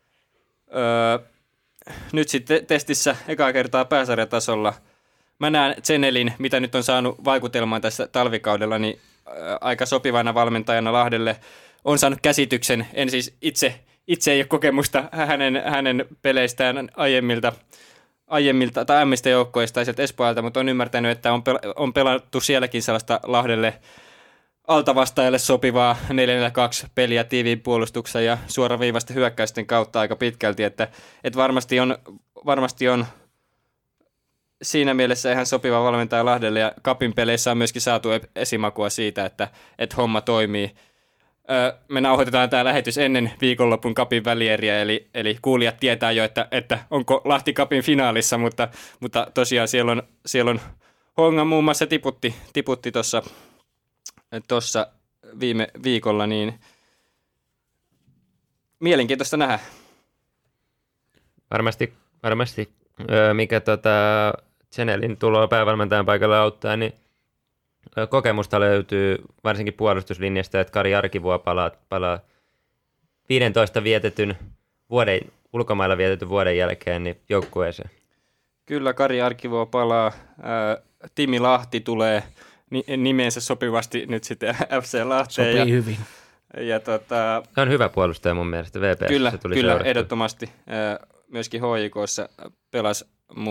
Nyt sitten testissä ekaa kertaa pääsarjatasolla. Mä näen Cenelin, mitä nyt on saanut vaikutelmaan tässä talvikaudella, niin aika sopivana valmentajana Lahdelle. On saanut käsityksen, en siis itse ei ole kokemusta hänen peleistään aiemmilta tai aiemmista joukkoista tai sieltä Espoolta, mutta on ymmärtänyt, että on pelattu sielläkin sellaista Lahdelle altavastaajalle sopivaa 4-4-2 peliä tiiviin puolustuksen ja suoraviivaisten hyökkäysten kautta aika pitkälti, että varmasti on siinä mielessä ihan sopiva valmentaja Lahdelle ja Cupin peleissä on myöskin saatu esimakua siitä, että homma toimii. Me nauhoitetaan tämä lähetys ennen viikonlopun Cupin välieriä, eli kuulijat tietää jo, että onko Lahti Cupin finaalissa, mutta tosiaan siellä on Honga muun muassa tiputti tuossa viime viikolla, niin mielenkiintoista nähdä. Varmasti mikä Cenelin tuloa päävalmentajan paikalla auttaa, niin kokemusta löytyy varsinkin puolustuslinjasta, että Kari Arkivuo palaa 15 ulkomailla vietetyn vuoden jälkeen niin joukkueeseen. Kyllä, Kari Arkivuo palaa. Timi Lahti tulee nimensä sopivasti nyt sitten FC Lahteen. Sopii hyvin. Ja se on hyvä puolustaja mun mielestä VPS. Kyllä, ehdottomasti. Myöskin HJK:ssa pelasi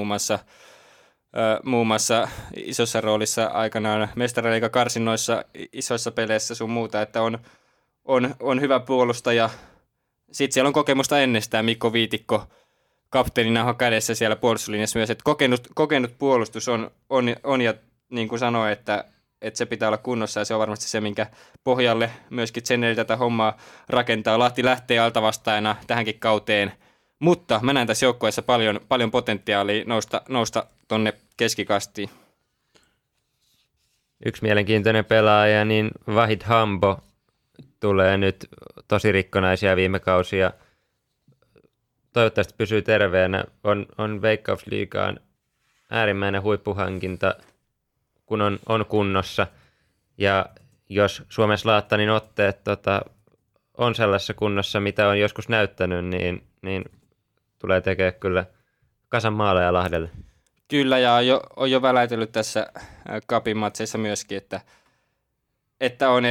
muun muassa isossa roolissa aikanaan mestariliigan karsinnoissa, isoissa peleissä sun muuta, että on hyvä puolustaja. Sitten siellä on kokemusta ennestään, Mikko Viitikko kapteenina kädessä siellä puolustuslinjassa myös, että kokenut puolustus on ja niin kuin sanoin, että se pitää olla kunnossa ja se on varmasti se, minkä pohjalle myöskin Ceneli tätä hommaa rakentaa. Lahti lähtee altavastaajana tähänkin kauteen, mutta mä näen tässä joukkueessa paljon potentiaalia nousta tonne keskikastiin. Yksi mielenkiintoinen pelaaja, niin Vahid Hambo tulee nyt tosi rikkonaisia viime kausia. Toivottavasti pysyy terveenä. On Veikkausliigaan äärimmäinen huippuhankinta, kun on kunnossa. Ja jos Suomen Zlatanin otteet on sellaisessa kunnossa, mitä on joskus näyttänyt, niin tulee tekemään kyllä kasan maaleja Lahdelle. Kyllä, ja on jo väläytellyt tässä Cupin matseissa myöskin, että on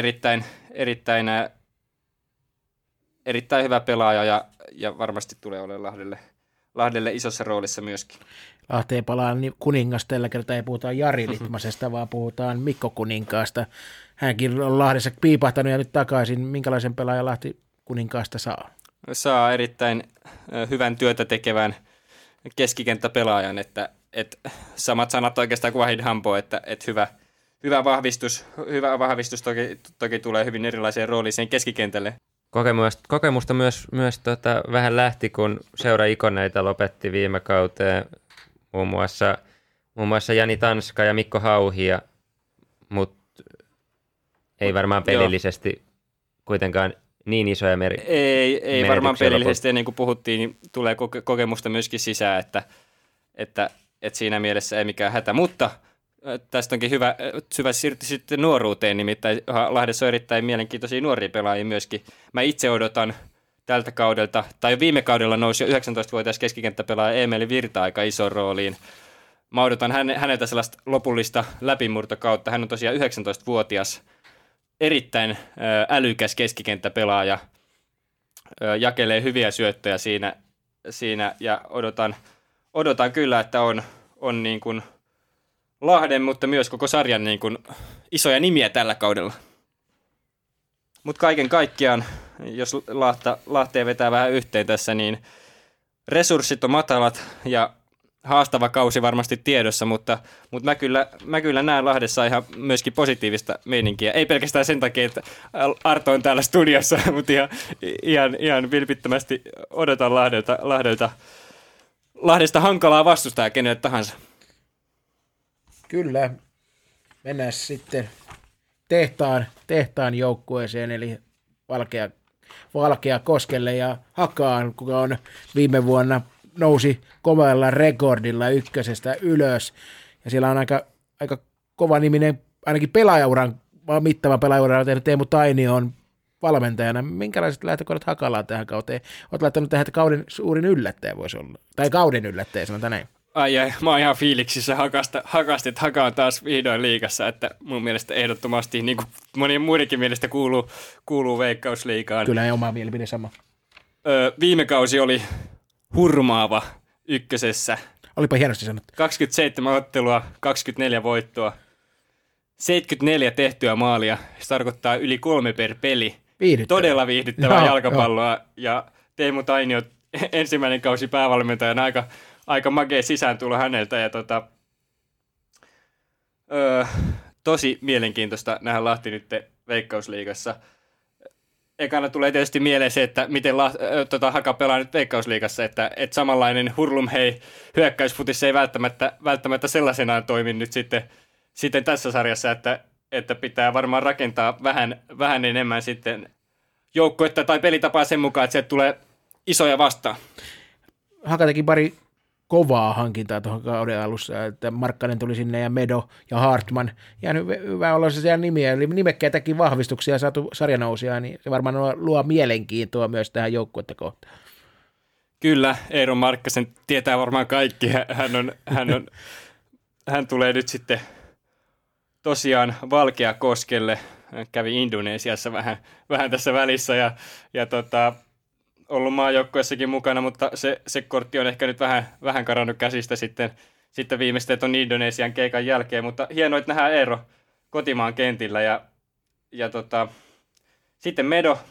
erittäin hyvä pelaaja ja varmasti tulee olemaan Lahdelle isossa roolissa myöskin. Lahteen palaa kuningas, tällä kertaa ei puhuta Jari Litmasesta, vaan puhutaan Mikko Kuninkaasta. Hänkin on Lahdessa piipahtanut ja nyt takaisin. Minkälaisen pelaajan Lahti Kuninkaasta saa? Saa erittäin hyvän työtä tekevän keskikenttäpelaajan, että samat sanat oikeastaan kuin Vahid Hambo, että hyvä vahvistus toki tulee hyvin erilaiseen rooliin sen keskikentälle. Kokemusta myös vähän lähti, kun seura-ikoneita lopetti viime kauteen, muun muassa Jani Tanska ja Mikko Hauhia, mutta ei varmaan pelillisesti kuitenkaan niin isoja Ei varmaan pelillisesti, ja niin kuin puhuttiin, niin tulee kokemusta myöskin sisään, että siinä mielessä ei mikään hätä, mutta tästä onkin hyvä siirtyä sitten nuoruuteen, nimittäin Lahdessa on erittäin mielenkiintoisia nuoria pelaajia myöskin. Mä itse odotan tältä kaudelta, tai viime kaudella nousi jo 19-vuotias keskikenttäpelaaja Emeli Virta aika isoon rooliin. Mä odotan häneltä sellaista lopullista läpimurtokautta. Hän on tosiaan 19-vuotias, erittäin älykäs keskikenttäpelaaja, jakelee hyviä syöttöjä siinä ja odotan kyllä, että on niin kuin Lahden, mutta myös koko sarjan niin kuin isoja nimiä tällä kaudella. Mutta kaiken kaikkiaan, jos Lahteen vetää vähän yhteen tässä, niin resurssit on matalat ja haastava kausi varmasti tiedossa, mutta mä kyllä näen Lahdessa ihan myöskin positiivista meininkiä. Ei pelkästään sen takia, että Arto on täällä studiossa, mutta ihan vilpittömästi odotan Lahdesta hankalaa vastustaa kenelle tahansa. Kyllä. Mennään sitten tehtaan joukkueeseen, eli Valkea Koskelle ja Hakaan, kuka on viime vuonna nousi kovalla rekordilla ykkösestä ylös. Ja siellä on aika kova niminen, ainakin mittavan pelaajauran on tehnyt Teemu Tainio on valmentajana. Minkälaiset lähtökohdat Hakalla tähän kauteen? Olet laittanut tähän, että kauden suurin yllättäjä voisi olla. Tai kauden yllättäjä, sanotaan näin. Ai, mä oon ihan fiiliksissä Hakasta, että Haka on taas vihdoin liigassa, että mun mielestä ehdottomasti, niin kuin monien muidenkin mielestä kuuluu Veikkausliigaan. Kyllä ei oma mielipide sama. Viime kausi oli hurmaava ykkösessä. Olipa hienosti sanottu. 27 ottelua, 24 voittoa, 74 tehtyä maalia. Se tarkoittaa yli 3 per peli. Todella viihdyttävää jalkapalloa. Ja Teemu Tainio ensimmäinen kausi päävalmentajana aika magea sisääntulo häneltä. Ja tosi mielenkiintoista nähdä Lahti nyt Veikkausliigassa. Ekana tulee tietysti mieleen se, että miten Haka pelaa nyt Veikkausliigassa, että samanlainen hurlumhei hyökkäysfutis ei välttämättä sellaisenaan toimi nyt sitten tässä sarjassa, että pitää varmaan rakentaa vähän enemmän sitten joukkuetta tai pelitapaa sen mukaan, että sieltä tulee isoja vastaan. Haka teki pari kovaa hankintaa tuohon kauden alussa, että Markkanen tuli sinne ja Medo ja Hartman. Ja hyvä olla se nimiä, eli nimekkeitäkin vahvistuksia saatu sarjanousia, niin se varmaan luo mielenkiintoa myös tähän joukkuetta kohtaan. Kyllä, Eero Markkasen tietää varmaan kaikki. Hän tulee nyt sitten tosiaan Valkeakoskelle, kävi Indonesiassa vähän tässä välissä ja ollut maajoukkueessakin mukana, mutta se kortti on ehkä nyt vähän karannut käsistä sitten viimeisten tuon Indonesian keikan jälkeen, mutta hienoa, että nähdään Eero kotimaan kentillä ja sitten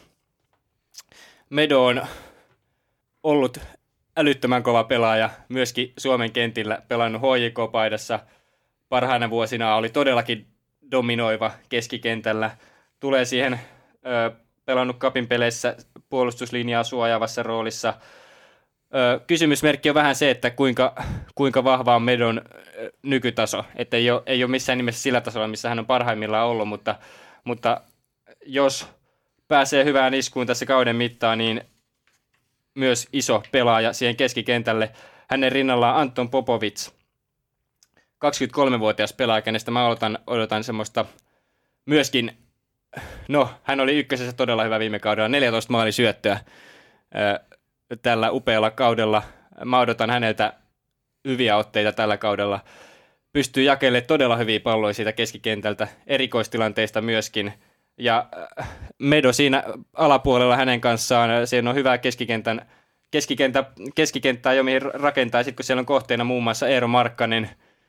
Medo on ollut älyttömän kova pelaaja myöskin Suomen kentillä, pelannut HJK-paidassa parhaina vuosina, oli todellakin dominoiva keskikentällä, tulee siihen pelannut Cupin peleissä puolustuslinjaa suojaavassa roolissa. Kysymysmerkki on vähän se, että kuinka vahva on Medon nykytaso. Että ei ole missään nimessä sillä tasolla, missä hän on parhaimmillaan ollut, mutta jos pääsee hyvään iskuun tässä kauden mittaan, niin myös iso pelaaja siihen keskikentälle. Hänen rinnallaan Anton Popovic, 23-vuotias pelaaja, kenestä mä odotan semmoista myöskin. No, hän oli ykkösessä todella hyvä viime kaudella, 14 maalisyöttöä tällä upealla kaudella. Mä odotan häneltä hyviä otteita tällä kaudella. Pystyy jakelemaan todella hyviä palloja siitä keskikentältä, erikoistilanteista myöskin. Ja Medo siinä alapuolella hänen kanssaan, siinä on hyvää keskikenttää jo mihin rakentaa. Sitten kun siellä on kohteena muun muassa Eero Markkanen,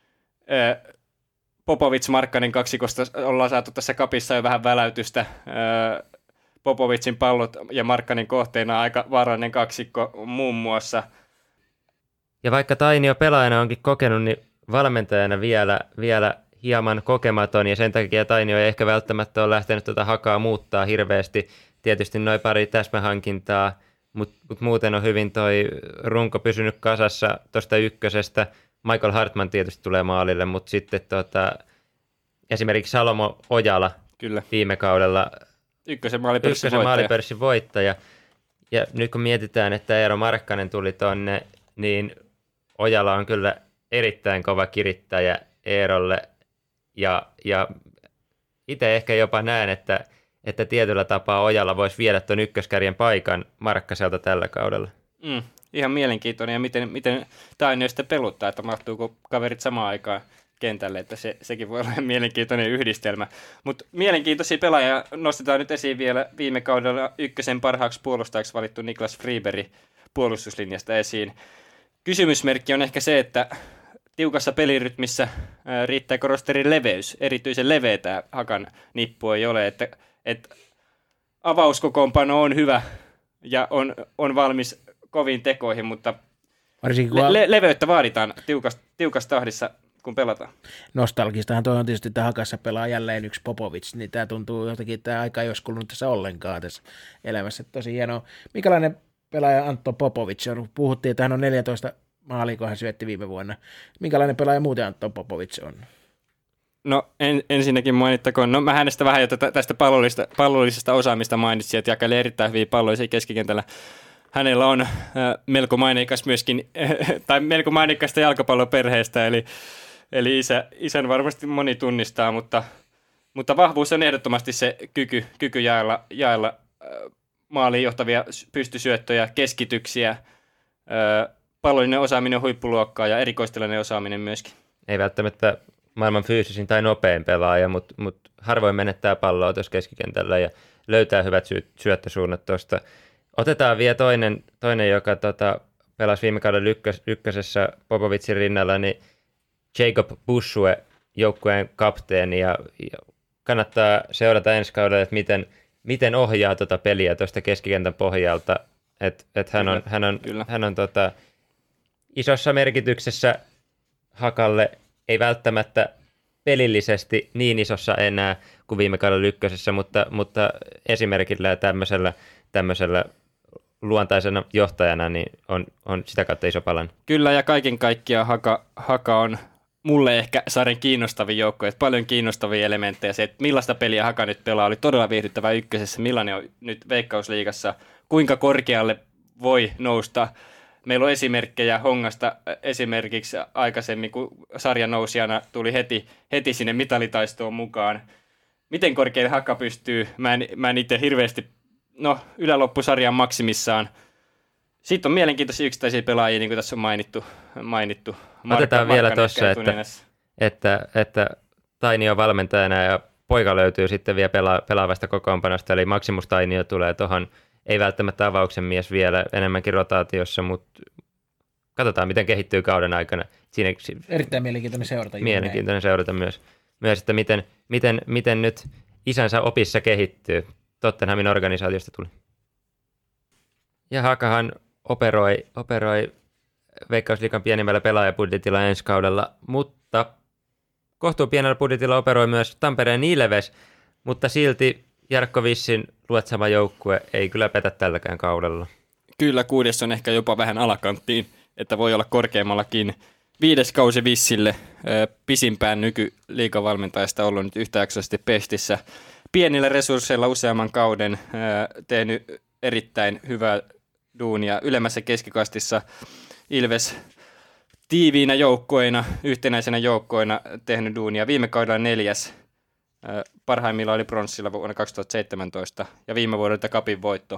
Popovic-Markkanen kaksikosta ollaan saatu tässä kapissa jo vähän väläytystä. Popovicin pallot ja Markkanen kohteena aika vaarallinen kaksikko muun muassa. Ja vaikka Tainio pelaajana onkin kokenut, niin valmentajana vielä hieman kokematon, ja sen takia Tainio ei ehkä välttämättä ole lähtenyt Hakaa muuttaa hirveästi. Tietysti noin pari täsmähankintaa, mutta muuten on hyvin toi runko pysynyt kasassa tuosta ykkösestä. Michael Hartman tietysti tulee maalille, mutta sitten esimerkiksi Salomo Ojala Kyllä. Viime kaudella ykkösen maalipörssin voittaja. Ja nyt kun mietitään, että Eero Markkanen tuli tonne, niin Ojala on kyllä erittäin kova kirittäjä Eerolle. ja itse ehkä jopa näen, että tietyllä tapaa Ojala voisi viedä tuon ykköskärjen paikan Markkaselta tällä kaudella. Ihan mielenkiintoinen, ja miten Tainio sitten peluttaa, että mahtuuko kaverit samaan aikaan kentälle, että sekin voi olla mielenkiintoinen yhdistelmä. Mutta mielenkiintoisia pelaajia nostetaan nyt esiin vielä viime kaudella ykkösen parhaaksi puolustajaksi valittu Niklas Friberg puolustuslinjasta esiin. Kysymysmerkki on ehkä se, että tiukassa pelirytmissä riittääkö rosterin leveys. Erityisen leveä tämä Hakan nippu ei ole, että avauskokoonpano on hyvä ja on valmis koviin tekoihin, mutta leveyttä vaaditaan tiukassa tahdissa, kun pelataan. Nostalgistahan toi on tietysti, että Hakassa pelaa jälleen yksi Popovic, niin tämä tuntuu jotenkin, että tämä aika ei olisi kulunut tässä ollenkaan tässä elämässä. Tosi hienoa. Minkälainen pelaaja Antto Popovic on? Puhuttiin, että hän on 14 maalia, kun hän syötti viime vuonna. Minkälainen pelaaja muuten Antto Popovic on? No ensinnäkin mainittakoon, mä hänestä vähän jo tästä pallollisesta osaamista mainitsin, että jakelee erittäin hyviä palloisia keskikentällä. Hänellä on melko maineikas myöskin, tai melko maineikasta jalkapalloperheestä, eli isän varmasti moni tunnistaa, mutta vahvuus on ehdottomasti se kyky jaella maaliin johtavia pystysyöttöjä, keskityksiä, pallollinen osaaminen on huippuluokkaa ja erikoistilainen osaaminen myöskin. Ei välttämättä maailman fyysisin tai nopein pelaaja, mutta harvoin menettää palloa tuossa keskikentällä ja löytää hyvät syöttösuunnat tuosta. Otetaan vielä toinen joka pelasi viime kauden ykkösessä Popovicin rinnalla, niin Jacob Bushue, joukkueen kapteeni, ja kannattaa seurata ensi kaudella, että miten ohjaa tuota peliä tuosta keskikentän pohjalta, että hän on isossa merkityksessä Hakalle, ei välttämättä pelillisesti niin isossa enää kuin viime kaudella ykkösessä, mutta esimerkillä ja tämmöisellä luontaisena johtajana niin on sitä kautta iso palan. Kyllä, ja kaiken kaikkiaan Haka on mulle ehkä sarjan kiinnostavin joukko, että paljon kiinnostavia elementtejä. Se, että millaista peliä Haka nyt pelaa, oli todella viihdyttävä ykkösessä, millainen on nyt Veikkausliigassa, kuinka korkealle voi nousta. Meillä on esimerkkejä Hongasta esimerkiksi aikaisemmin, kun sarjan nousijana tuli heti sinne mitalitaistoon mukaan. Miten korkealle Haka pystyy? Mä en itse hirveästi, yläloppusarjan maksimissaan. Sitten on mielenkiintoisia yksittäisiä pelaajia, niin kuin tässä on mainittu. Otetaan vielä tuossa, että Tainio valmentajana ja poika löytyy sitten vielä pelaavasta kokoonpanosta, eli Maximus Tainio tulee tuohon, ei välttämättä avauksen mies vielä, enemmänkin rotaatiossa, mutta katsotaan, miten kehittyy kauden aikana. Erittäin mielenkiintoinen seurata. Mielenkiintoinen seurata myös että miten nyt isänsä opissa kehittyy. Tottenhamin organisaatiosta tuli. Ja Hakahan operoi Veikkausliigan pienimmällä pelaajabudjetilla ensi kaudella, mutta kohtuu pienellä budjetilla operoi myös Tampereen Ilves, mutta silti Jarkko Vissin luotsama joukkue ei kyllä petä tälläkään kaudella. Kyllä, 6 on ehkä jopa vähän alakanttiin, että voi olla korkeammallakin. 5. kausi Vissille, pisimpään nykyliigavalmentajasta ollut nyt yhtäjaksoisesti pestissä. Pienillä resursseilla useamman kauden tehnyt erittäin hyvää duunia. Ylemmässä keskikastissa Ilves tiiviinä joukkoina, yhtenäisenä joukkoina tehnyt duunia. Viime kaudella 4. Parhaimmillaan oli pronssilla vuonna 2017 ja viime vuodelta Cupin voitto.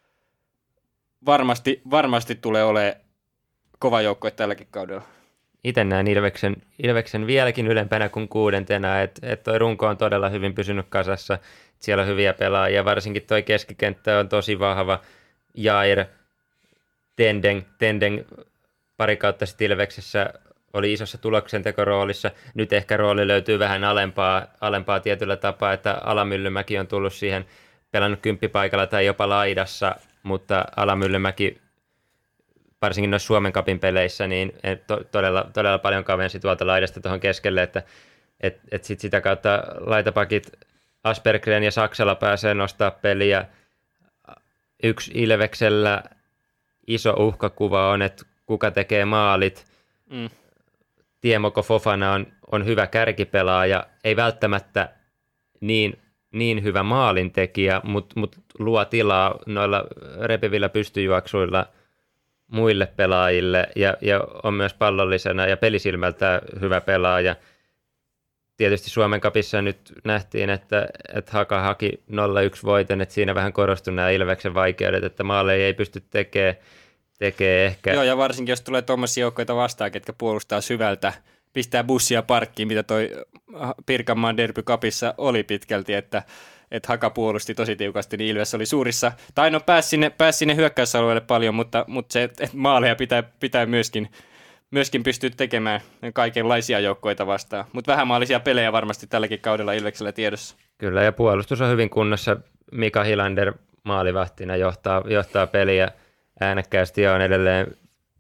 Varmasti tulee olemaan kova joukkue tälläkin kaudella. Itse näen Ilveksen vieläkin ylempänä kuin 6, että toi runko on todella hyvin pysynyt kasassa. Siellä on hyviä pelaajia, varsinkin toi keskikenttä on tosi vahva. Jair, Tendeng pari kautta sitten Ilveksessä oli isossa tuloksentekoroolissa. Nyt ehkä rooli löytyy vähän alempaa tietyllä tapaa, että Alamyllymäki on tullut siihen, pelannut 10 tai jopa laidassa, mutta Alamyllymäki varsinkin noissa Suomen Cupin peleissä niin todella paljon kavensi tuolta laidasta tuohon keskelle, että sit sitä kautta laitapakit Aspergren ja Saksala pääsee nostaa peliä. Yksi Ilveksellä iso uhkakuva on, että kuka tekee maalit. Tiemoko Fofana on hyvä kärkipelaaja, ei välttämättä niin hyvä maalintekijä, mutta luo tilaa noilla repivillä pystyjuoksuilla muille pelaajille ja on myös pallollisena ja pelisilmältä hyvä pelaaja. tietysti Suomen Cupissa nyt nähtiin, että Haka haki 0-1 voiton, että siinä vähän korostui nämä Ilveksen vaikeudet, että maaleja ei pysty tekee ehkä. Joo, ja varsinkin jos tulee tuommoisia joukkoita vastaan, ketkä puolustaa syvältä, pistää bussia parkkiin, mitä toi Pirkanmaan Derby Cupissa oli pitkälti, että Haka puolusti tosi tiukasti, niin Ilves oli suurissa, tai no pääsi sinne hyökkäysalueelle paljon, mutta se, että maaleja pitää myöskin pystyä tekemään kaikenlaisia joukkoita vastaan. Mutta vähämaalisia pelejä varmasti tälläkin kaudella Ilveksellä tiedossa. Kyllä, ja puolustus on hyvin kunnossa. Mika Hilander maalivahtina johtaa peliä äänekkäästi ja on edelleen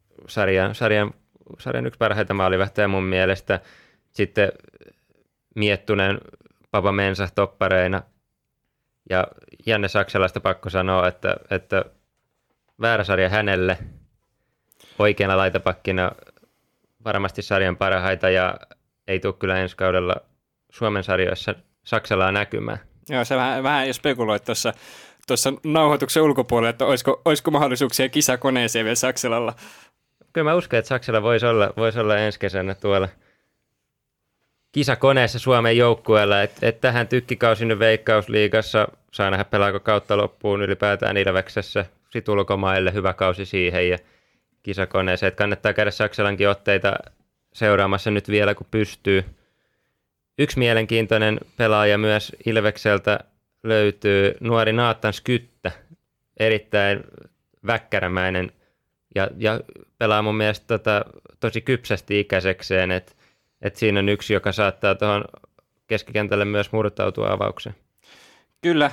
sarjan yksi parhaita maalivahtoja mun mielestä. Sitten Miettunen, Papa Mensa toppareina. Ja Janne Saksalasta pakko sanoa, että väärä sarja hänelle. Oikeana laitapakkina varmasti sarjan parhaita ja ei tule kyllä ensi kaudella Suomen sarjoissa Saksalaa näkymään. Joo, se vähän jo spekuloit tuossa nauhoituksen ulkopuolella, että olisiko mahdollisuuksia kisakoneeseen vielä Saksalalla. Kyllä mä uskon, että Saksala voisi olla ensi kesänä tuolla kisakoneessa Suomen joukkueella, että tähän tykkikausi nyt Veikkausliigassa saa nähdä pelaako kautta loppuun ylipäätään Ilveksessä, sitten ulkomaille hyvä kausi siihen ja kisakoneeseen, että kannattaa käydä Saksalankin otteita seuraamassa nyt vielä, kun pystyy. Yksi mielenkiintoinen pelaaja myös Ilvekseltä löytyy nuori Nathan Skyttä, erittäin väkkärämäinen ja pelaa mun mielestä tosi kypsästi ikäisekseen, että siinä on yksi, joka saattaa tuohon keskikentälle myös murtautua avaukseen. Kyllä,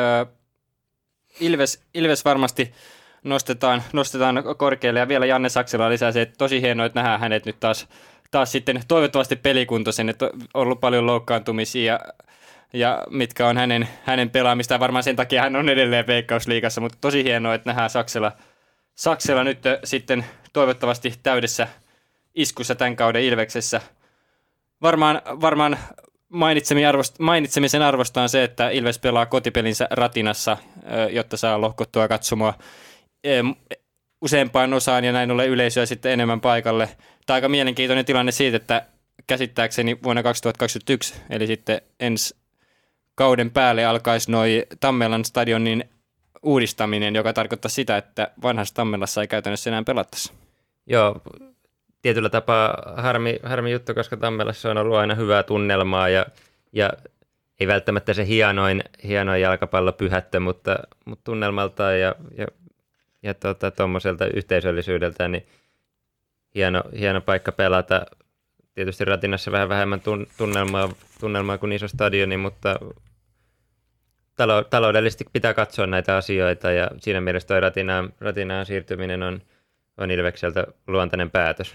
Ilves varmasti nostetaan korkealle ja vielä Janne Saksala lisää se, että tosi hienoa, että nähdään hänet nyt taas sitten toivottavasti pelikuntoisen, että on ollut paljon loukkaantumisia ja mitkä on hänen pelaamistaan, varmaan sen takia hän on edelleen Veikkausliigassa, mutta tosi hienoa, että nähdään Saksala nyt sitten toivottavasti täydessä iskussa tämän kauden Ilveksessä. Varmaan mainitsemisen arvosta on se, että Ilves pelaa kotipelinsä Ratinassa, jotta saa lohkottua katsomaan useampaan osaan ja näin ollen yleisöä sitten enemmän paikalle. Tämä on aika mielenkiintoinen tilanne siitä, että käsittääkseni vuonna 2021, eli sitten ensi kauden päälle alkaisi noi Tammelan stadionin uudistaminen, joka tarkoittaa sitä, että vanhassa Tammelassa ei käytännössä enää pelattaisi. Joo, tietyllä tapaa harmi juttu, koska Tammelassa on ollut aina hyvää tunnelmaa ja ei välttämättä se hienoin jalkapallopyhättö, mutta tunnelmaltaan ja tuommoiselta yhteisöllisyydeltä niin hieno paikka pelata. Tietysti Ratinassa vähän vähemmän tunnelmaa kuin iso stadioni, mutta taloudellisesti pitää katsoa näitä asioita ja siinä mielessä toi Ratinaan siirtyminen on Ilvekseltä luontainen päätös.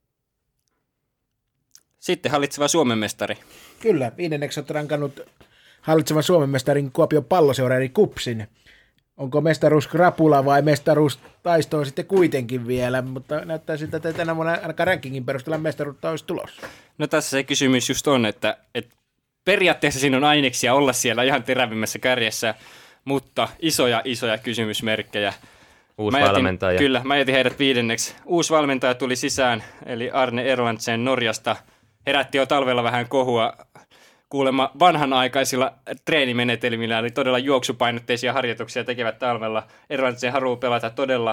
Sitten hallitseva Suomen mestari. Kyllä, viidenneksi olet rankannut hallitsevan Suomen mestarin Kuopion Palloseura eli KuPSin. Onko mestaruus krapula vai mestaruus taistoon sitten kuitenkin vielä, mutta näyttää siltä, että tänä vuonna ainakaan rankingin perusteella mestaruutta olisi tulossa. No tässä se kysymys just on, että periaatteessa siinä on aineksia olla siellä ihan terävimmässä kärjessä, mutta isoja kysymysmerkkejä. Valmentaja. Kyllä, mä jätin heidät viidenneksi. Uusi valmentaja tuli sisään, eli Arne Erlandsen Norjasta. Herätti jo talvella vähän kohua kuulemma vanhanaikaisilla treenimenetelmillä, eli todella juoksupainotteisia harjoituksia tekevät talvella. Erlandsen haluaa pelata todella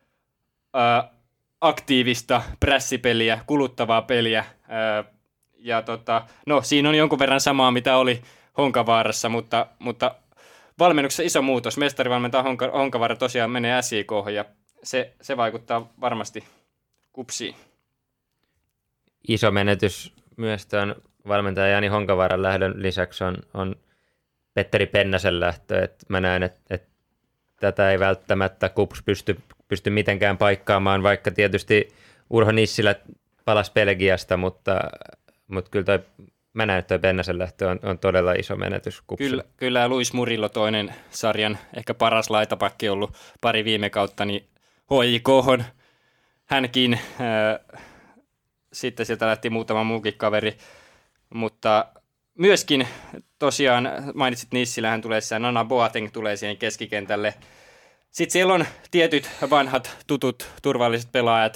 aktiivista prässipeliä, kuluttavaa peliä. Siinä on jonkun verran samaa, mitä oli Honkavaarassa, mutta valmennuksessa iso muutos. Mestarivalmentaja Honkavaara tosiaan menee SJK:hon ja se vaikuttaa varmasti KuPSiin. Iso menetys myös tämän valmentaja Jani Honkavaaran lähdön lisäksi on Petteri Pennasen lähtö. Mä näen, että tätä ei välttämättä KuPS pysty mitenkään paikkaamaan, vaikka tietysti Urho Nissilä palasi Belgiasta, mutta kyllä mä näen, että toi Pennasen lähtö on todella iso menetys KuPSille. Kyllä Luis Murillo, toinen sarjan ehkä paras laitapakki ollut pari viime kautta, niin HJK:hon hänkin, sitten sieltä lähti muutama muukin kaveri, mutta myöskin tosiaan mainitsit Nissilä, hän tulee sisään, Nana Boateng tulee siihen keskikentälle. Sitten siellä on tietyt vanhat tutut turvalliset pelaajat,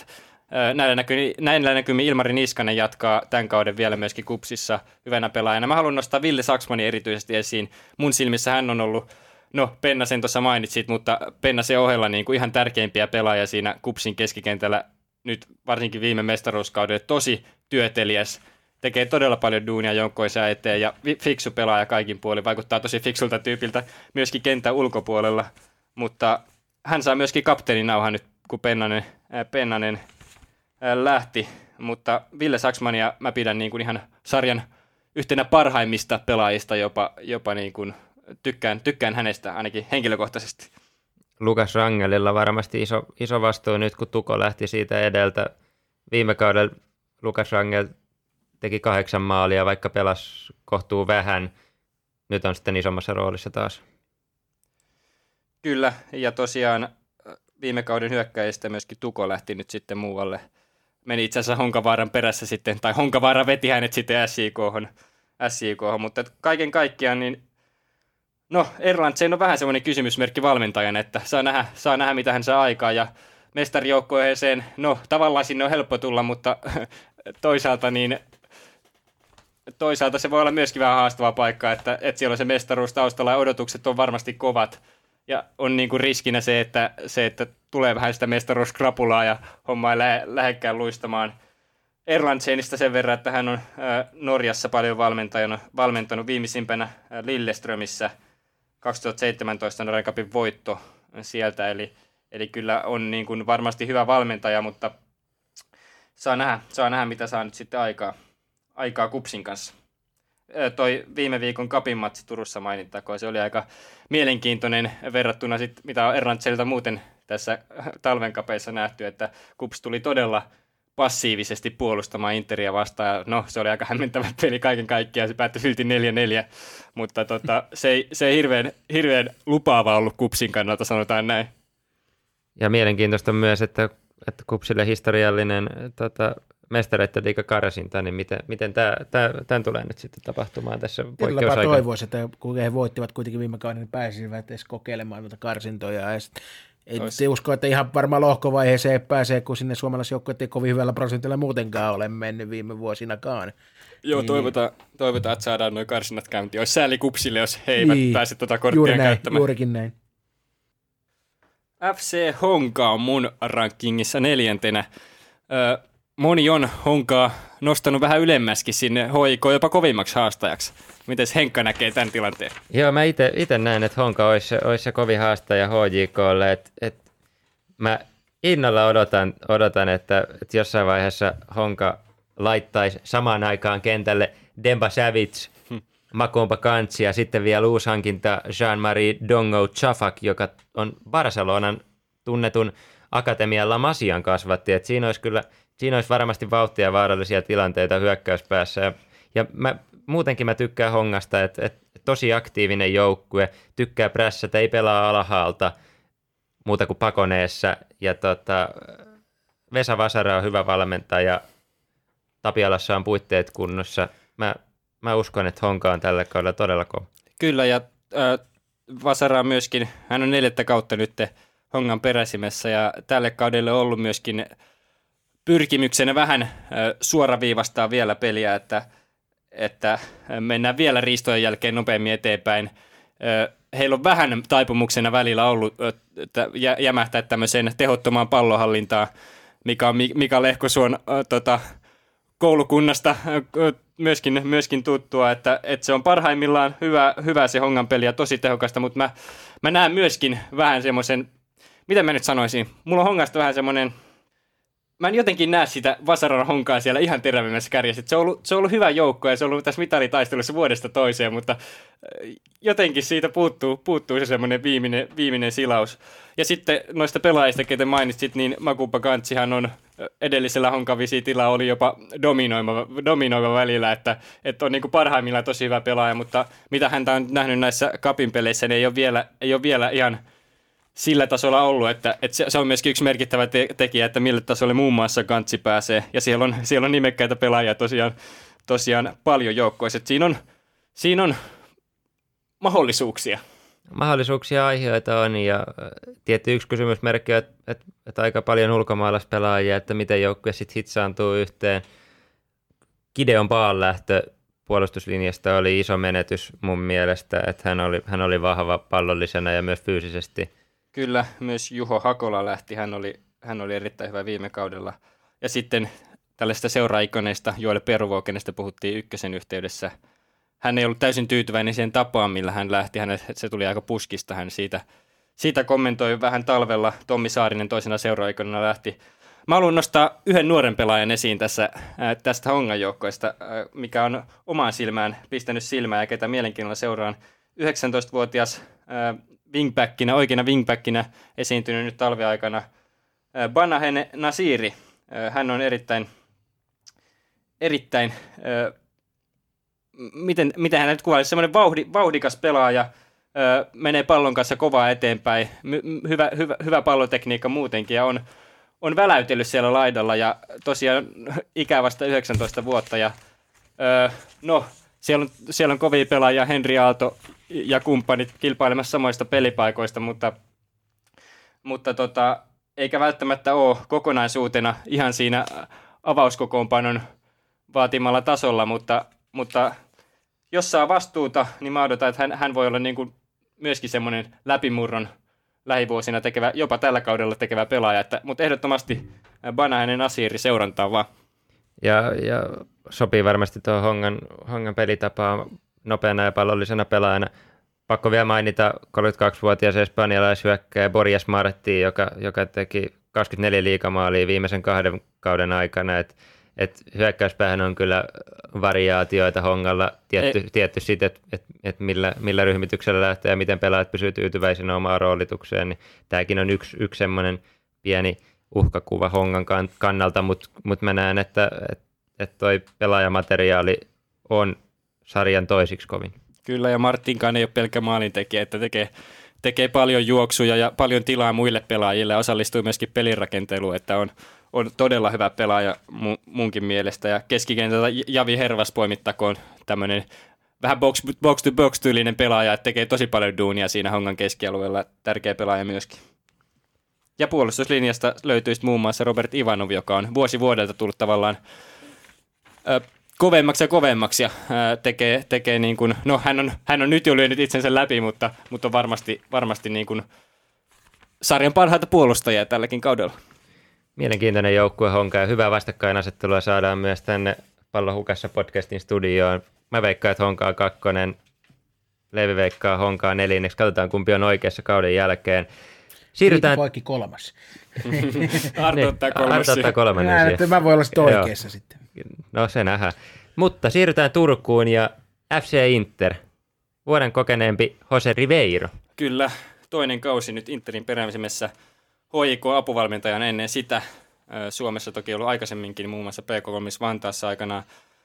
Näillä näkymin Ilmari Niskanen jatkaa tämän kauden vielä myöskin KuPSissa hyvänä pelaajana. Mä haluan nostaa Ville Saksmanin erityisesti esiin. Mun silmissä hän on ollut, no Pennasen tuossa mainitsit, mutta Pennasen ohella niin kuin ihan tärkeimpiä pelaajia siinä KuPSin keskikentällä nyt varsinkin viime mestaruuskaudella. Tosi työteliäs, tekee todella paljon duunia joukkoinsa eteen ja fiksu pelaaja kaikin puolin. Vaikuttaa tosi fiksulta tyypiltä myöskin kentän ulkopuolella, mutta hän saa myöskin kapteeninauhan nyt, kun Pennanen lähti, mutta Ville Saksmania mä pidän niin kuin ihan sarjan yhtenä parhaimmista pelaajista, jopa niin kuin tykkään hänestä ainakin henkilökohtaisesti. Lukas Rangelilla varmasti iso vastuu nyt, kun Tuko lähti siitä edeltä. Viime kaudella Lukas Rangel teki 8 maalia, vaikka pelasi kohtuu vähän. Nyt on sitten isommassa roolissa taas. Kyllä, ja tosiaan viime kauden hyökkäjistä myöskin Tuko lähti nyt sitten muualle. Meni itse asiassa Honkavaaran perässä sitten, tai Honkavaara veti hänet sitten SJK:hon, mutta kaiken kaikkiaan niin no, Erlandsen on vähän semmoinen kysymysmerkki valmentajana, että saa nähdä mitä hän saa aikaa, ja mestarijoukkueeseen, no tavallaan sinne on helppo tulla, mutta toisaalta se voi olla myöskin vähän haastava paikka, että siellä on se mestaruus taustalla ja odotukset on varmasti kovat, ja on niin kuin riskinä se, että tulee vähän sitä mestaruuskrapulaa ja homma ei lähdekään luistamaan. Erlandsenista sen verran, että hän on Norjassa paljon valmentanut viimeisimpänä Lilleströmissä 2017 Norjan Cupin voitto sieltä, eli kyllä on niin kuin varmasti hyvä valmentaja, mutta saa nähdä mitä saa nyt sitten aikaa KuPSin kanssa. Toi viime viikon Cupin matsi Turussa mainittakoon, se oli aika mielenkiintoinen verrattuna sit, mitä on Erlandsenilta muuten tässä talven Cupeissa nähty, että KuPS tuli todella passiivisesti puolustamaan Interia vastaan. No, se oli aika hämmentävä peli kaiken kaikkiaan, se päättyi silti 4-4, mutta se ei hirveän lupaava ollut KuPSin kannalta, sanotaan näin. Ja mielenkiintoista myös, että KuPSille historiallinen mestareiden liiga karsinta, niin miten tämän tulee nyt sitten tapahtumaan tässä poikkeusaikana? Kyllä toivoisi, että kun he voittivat kuitenkin viime kauden, niin pääsisivät edes kokeilemaan noita karsintoja. Ei usko, että ihan varmaan lohkovaiheeseen pääsee, kun sinne suomalaisjoukkueet ei kovin hyvällä prosentilla muutenkaan ole mennyt viime vuosinakaan. Joo, toivotaan, että saadaan nuo karsinnat käyntiin. Olisi sääli KuPSille, jos he eivät pääse tuota korttia käyttämään. Juurikin näin. FC Honka on mun rankingissa 4. Moni on Honkaa nostanut vähän ylemmäskin sinne HIK jopa kovimmaksi haastajaksi. Mites Henkka näkee tämän tilanteen? Joo, mä itse näen, että Honka olisi se kovin haastaja HJK:lle. Mä innolla odotan että jossain vaiheessa Honka laittaisi samaan aikaan kentälle Demba Savic, Makumba Kantsi ja sitten vielä uusi hankinta Jean-Marie Dongo Chafak, joka on Barcelonan tunnetun akatemian La Masian kasvatti. Et siinä olisi varmasti vauhtia ja vaarallisia tilanteita hyökkäyspäässä. Ja muutenkin mä tykkään Hongasta, että tosi aktiivinen joukkue, tykkää prässätä, ei pelaa alhaalta muuta kuin pakoneessa. Ja Vesa Vasara on hyvä valmentaja, Tapialassa on puitteet kunnossa. Mä uskon, että Honka on tällä kaudella todella kova. Kyllä, ja Vasara on myöskin, hän on 4. kautta nyt Hongan peräsimessä, ja tälle kaudelle on ollut myöskin pyrkimyksenä vähän suoraviivastaa vielä peliä, että mennään vielä riistojen jälkeen nopeammin eteenpäin. Heillä on vähän taipumuksena välillä ollut jämähtää tämmöiseen tehottomaan pallonhallintaan, mikä on Mika Lehkosuon koulukunnasta myöskin tuttua, että se on parhaimmillaan hyvä se Hongan peli ja tosi tehokasta, mutta mä näen myöskin vähän semmoisen, mitä mä nyt sanoisin, mulla on Hongasta vähän semmoinen, mä en jotenkin näe sitä Vasaran Honkaa siellä ihan terävimmässä kärjessä. Se on ollut hyvä joukko ja se on ollut tässä mitalitaistelussa vuodesta toiseen, mutta jotenkin siitä puuttuu se semmoinen viimeinen silaus. Ja sitten noista pelaajista, ketä mainitsit, niin Makumba Kantsihan on edellisellä Honka-visitillä oli jopa dominoiva välillä, että on niin kuin parhaimmillaan tosi hyvä pelaaja, mutta mitä häntä on nähnyt näissä Cupin peleissä, niin ei ole vielä ihan sillä tasolla ollut, että se on myöskin yksi merkittävä tekijä, että mille tasolle muun muassa Kantsi pääsee, ja siellä on nimekkäitä pelaajia tosiaan paljon joukkoissa, että siinä on mahdollisuuksia. mahdollisuuksia aiheita on ja tietty yksi kysymysmerkki on, että aika paljon ulkomaalaispelaajia, että miten joukkue sitten hitsaantuu yhteen. Gideon Baal lähtö puolustuslinjasta oli iso menetys mun mielestä, että hän oli vahva pallollisena ja myös fyysisesti. Kyllä, myös Juho Hakola lähti, hän oli erittäin hyvä viime kaudella. Ja sitten tällaista seuraikoneista, Joel Peruvo, kenestä puhuttiin ykkösen yhteydessä. Hän ei ollut täysin tyytyväinen siihen tapaan, millä hän lähti. Se tuli aika puskista. Hän siitä kommentoi vähän talvella. Tommi Saarinen toisena seuraikonena lähti. Mä haluan nostaa yhden nuoren pelaajan esiin tästä Hongan joukkoista, mikä on omaan silmään pistänyt silmää ja ketä mielenkiinnolla seuraan. 19-vuotias wingbackinä, oikeana wingbackinä esiintynyt nyt talveaikana Banahen Nasiri. Hän on erittäin miten hän nyt kuvailisi, semmoinen vauhdikas pelaaja, menee pallon kanssa kovaa eteenpäin, hyvä pallotekniikka muutenkin ja on väläytellyt siellä laidalla ja tosiaan ikä vasta 19 vuotta ja siellä on kovia pelaajia, Henri Aalto ja kumppanit kilpailemassa samoista pelipaikoista, mutta eikä välttämättä ole kokonaisuutena ihan siinä avauskokoonpanon vaatimalla tasolla, mutta jos saa vastuuta, niin mä odotan, että hän voi olla niin kuin myöskin semmoinen läpimurron lähivuosina tekevä, jopa tällä kaudella tekevä pelaaja, mutta ehdottomasti Banahanen Nasiri seurantaa vaan. Ja sopii varmasti tuohon Hongan pelitapaan nopeana ja pallollisena pelaajana. Pakko vielä mainita 32-vuotias espanjalaishyökkääjä Borjas Martí, joka teki 24 liigamaalia viimeisen 2 kauden aikana. Et hyökkäyspäähän on kyllä variaatioita Hongalla, tietty siitä, että millä ryhmityksellä lähtee ja miten pelaajat pysyvät tyytyväisinä omaan roolitukseen. Niin tämäkin on yksi semmoinen pieni uhkakuva Hongan kannalta, mutta mä näen, että toi pelaajamateriaali on sarjan toisiksi kovin. Kyllä, ja Martinkaan ei ole pelkkä maalintekijä, että tekee paljon juoksuja ja paljon tilaa muille pelaajille ja osallistuu myöskin pelirakenteluun, että on todella hyvä pelaaja munkin mielestä. Ja keskikentältä Javi Hervas poimittakoon tämmöinen vähän box-to-box-tyylinen pelaaja, että tekee tosi paljon duunia siinä Hongan keskialueella, tärkeä pelaaja myöskin. Ja puolustuslinjasta löytyisi muun muassa Robert Ivanov, joka on vuosi vuodelta tullut tavallaan kovemmaksi ja kovemmaksi ja tekee niin kuin, no hän on nyt jo lyönyt itsensä läpi, mutta on varmasti niin kuin sarjan parhaita puolustajia tälläkin kaudella. Mielenkiintoinen joukkue Honka ja hyvää vastakkainasettelua saadaan myös tänne Pallohukassa podcastin studioon. Mä veikkaan, että Honka on 2, Leevi veikkaa Honkaa 4. Katsotaan, kumpi on oikeassa kauden jälkeen. Siirrytään... Poikki 3. Arto ottaa 3. Mä voin olla sitten oikeassa sitten. No se nähdään. Mutta siirrytään Turkuun ja FC Inter. Vuoden kokeneempi Jose Riveiro. Kyllä, toinen kausi nyt Interin peräämisemessä HJK-apuvalmentajana ennen sitä. Suomessa toki ollut aikaisemminkin, muun muassa PK3 Vantaassa aikana.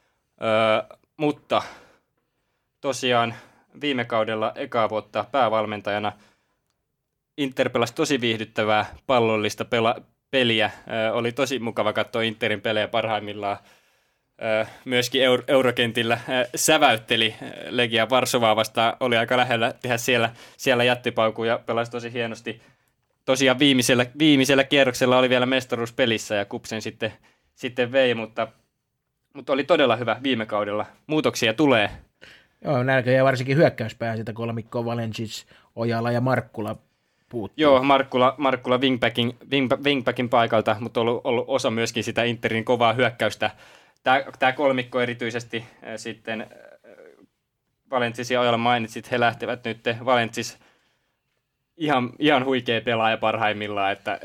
Mutta tosiaan viime kaudella ekaa vuotta päävalmentajana Inter pelasi tosi viihdyttävää pallollista peliä. Oli tosi mukava katsoa Interin pelejä parhaimmillaan. Myöskin eurokentillä säväytteli Legia Varsovaa vastaan. Oli aika lähellä tehdä siellä jättipaukuja ja pelasi tosi hienosti. Tosiaan viimeisellä kierroksella oli vielä mestaruuspelissä ja Kupsen sitten vei, mutta oli todella hyvä viime kaudella. Muutoksia tulee. Joo, näköjään varsinkin hyökkäyspäähän sitä kolmikkoa Valencic, Ojala ja Markkula puuttuu. Joo, Markkula wingbackin paikalta, mutta on ollut osa myöskin sitä Interin kovaa hyökkäystä. Tämä kolmikko erityisesti sitten Valencis ja Ojala mainitsit, he lähtevät nyt. Valencis ihan huikea pelaaja parhaimmillaan, että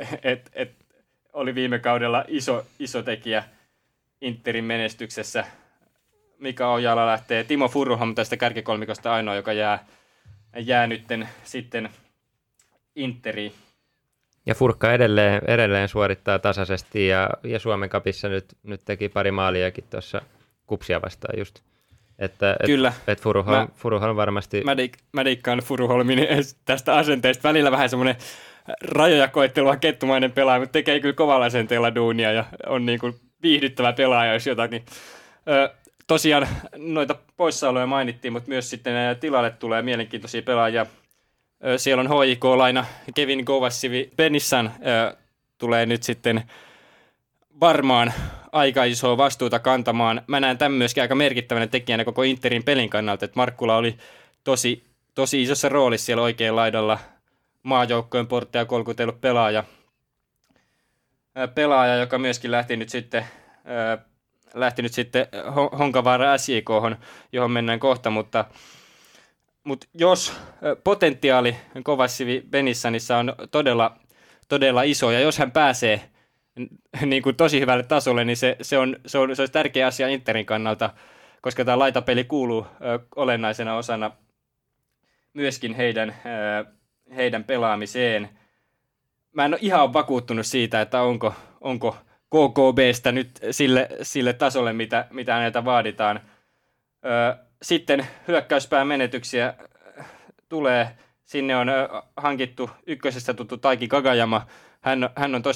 oli viime kaudella iso tekijä Interin menestyksessä. Mika Ojala lähtee. Timo Furuholm tästä kärkikolmikosta ainoa, joka jää nytten sitten Interiin. Ja Furkka edelleen suorittaa tasaisesti ja Suomen Cupissa nyt teki pari maaliakin tuossa Kupsia vastaan just. Että Furuholm varmasti... Mä diikkaan Furuholmin tästä asenteesta. Välillä vähän semmoinen rajoja koettelua kettumainen pelaaja, mutta tekee kyllä kovalla asenteella duunia ja on niin kuin viihdyttävä pelaaja, jos jotakin. Tosiaan noita poissaoloja mainittiin, mutta myös sitten tilalle tulee mielenkiintoisia pelaajia. Siellä on HJK-laina Kevin Kovassivi Benissan tulee nyt sitten varmaan aika isoa vastuuta kantamaan. Mä näen tämän myöskin aika merkittävänä tekijänä koko Interin pelin kannalta, että Markkula oli tosi isossa roolissa siellä oikein laidalla maajoukkojen portteja kolkutellut pelaaja, joka myöskin lähti nyt sitten Honkavaara SJK:hon, johon mennään kohta, mutta jos potentiaali Kovassivi Benissanissa on todella iso, ja jos hän pääsee niin kuin tosi hyvälle tasolle, niin se olisi tärkeä asia Interin kannalta, koska tämä laitapeli kuuluu olennaisena osana myöskin heidän pelaamiseen. Mä en ole ihan vakuuttunut siitä, että onko KKB:stä nyt sille tasolle, mitä häneltä vaaditaan. Sitten hyökkäyspään menetyksiä tulee. Sinne on hankittu ykkösestä tuttu Taiki Kagayama. Hän on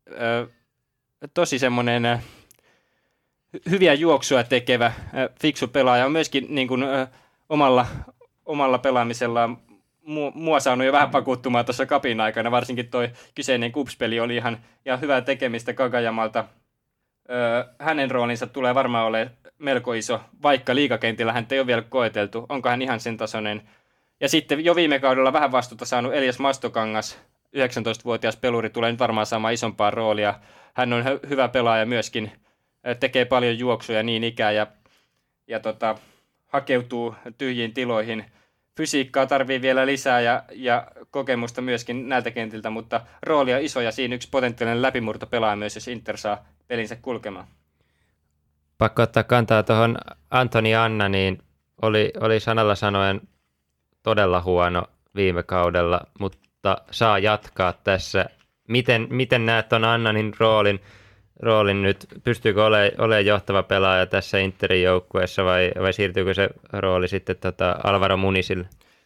tosi semmoinen hyviä juoksua tekevä, fiksu pelaaja. On myöskin niin kuin, omalla pelaamisellaan mua saanut jo vähän vakuuttumaan tuossa kapin aikana. Varsinkin toi kyseinen KuPS-peli oli ihan hyvää tekemistä Kagayamalta. Hänen roolinsa tulee varmaan olemaan melko iso, vaikka liigakentillä hän ei ole vielä koeteltu. Onko hän ihan sen tasoinen? Ja sitten jo viime kaudella vähän vastuuta saanut Elias Mastokangas, 19-vuotias peluri, tulee nyt varmaan saamaan isompaa roolia. Hän on hyvä pelaaja myöskin, tekee paljon juoksuja niin ikään ja hakeutuu tyhjiin tiloihin. Fysiikkaa tarvii vielä lisää ja kokemusta myöskin näiltä kentiltä, mutta roolia iso ja siinä yksi potentiaalinen läpimurto pelaa myös, jos Inter saa pelinsä kulkemaan. Pakko ottaa kantaa tuohon Antoni Anna, niin oli sanalla sanoen todella huono viime kaudella, mutta saa jatkaa tässä. Miten näet tuon Annanin roolin nyt? Pystyykö olemaan johtava pelaaja tässä Interin joukkueessa vai siirtyykö se rooli sitten Alvaro Munisille?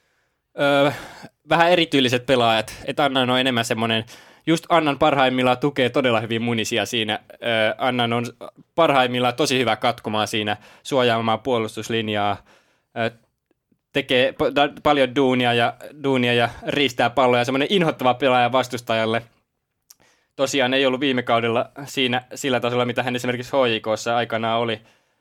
Vähän erityyliset pelaajat. Että Annan on enemmän semmoinen, just Annan parhaimmillaan tukee todella hyvin Munisia siinä. Annan on parhaimmillaan tosi hyvä katkomaan siinä, suojaamaan puolustuslinjaa. Tekee paljon duunia ja riistää palloja. Semmoinen inhottava pelaaja vastustajalle. Tosiaan ei ollut viime kaudella sillä tasolla, mitä hän esimerkiksi HJK:ssa aikanaan oli.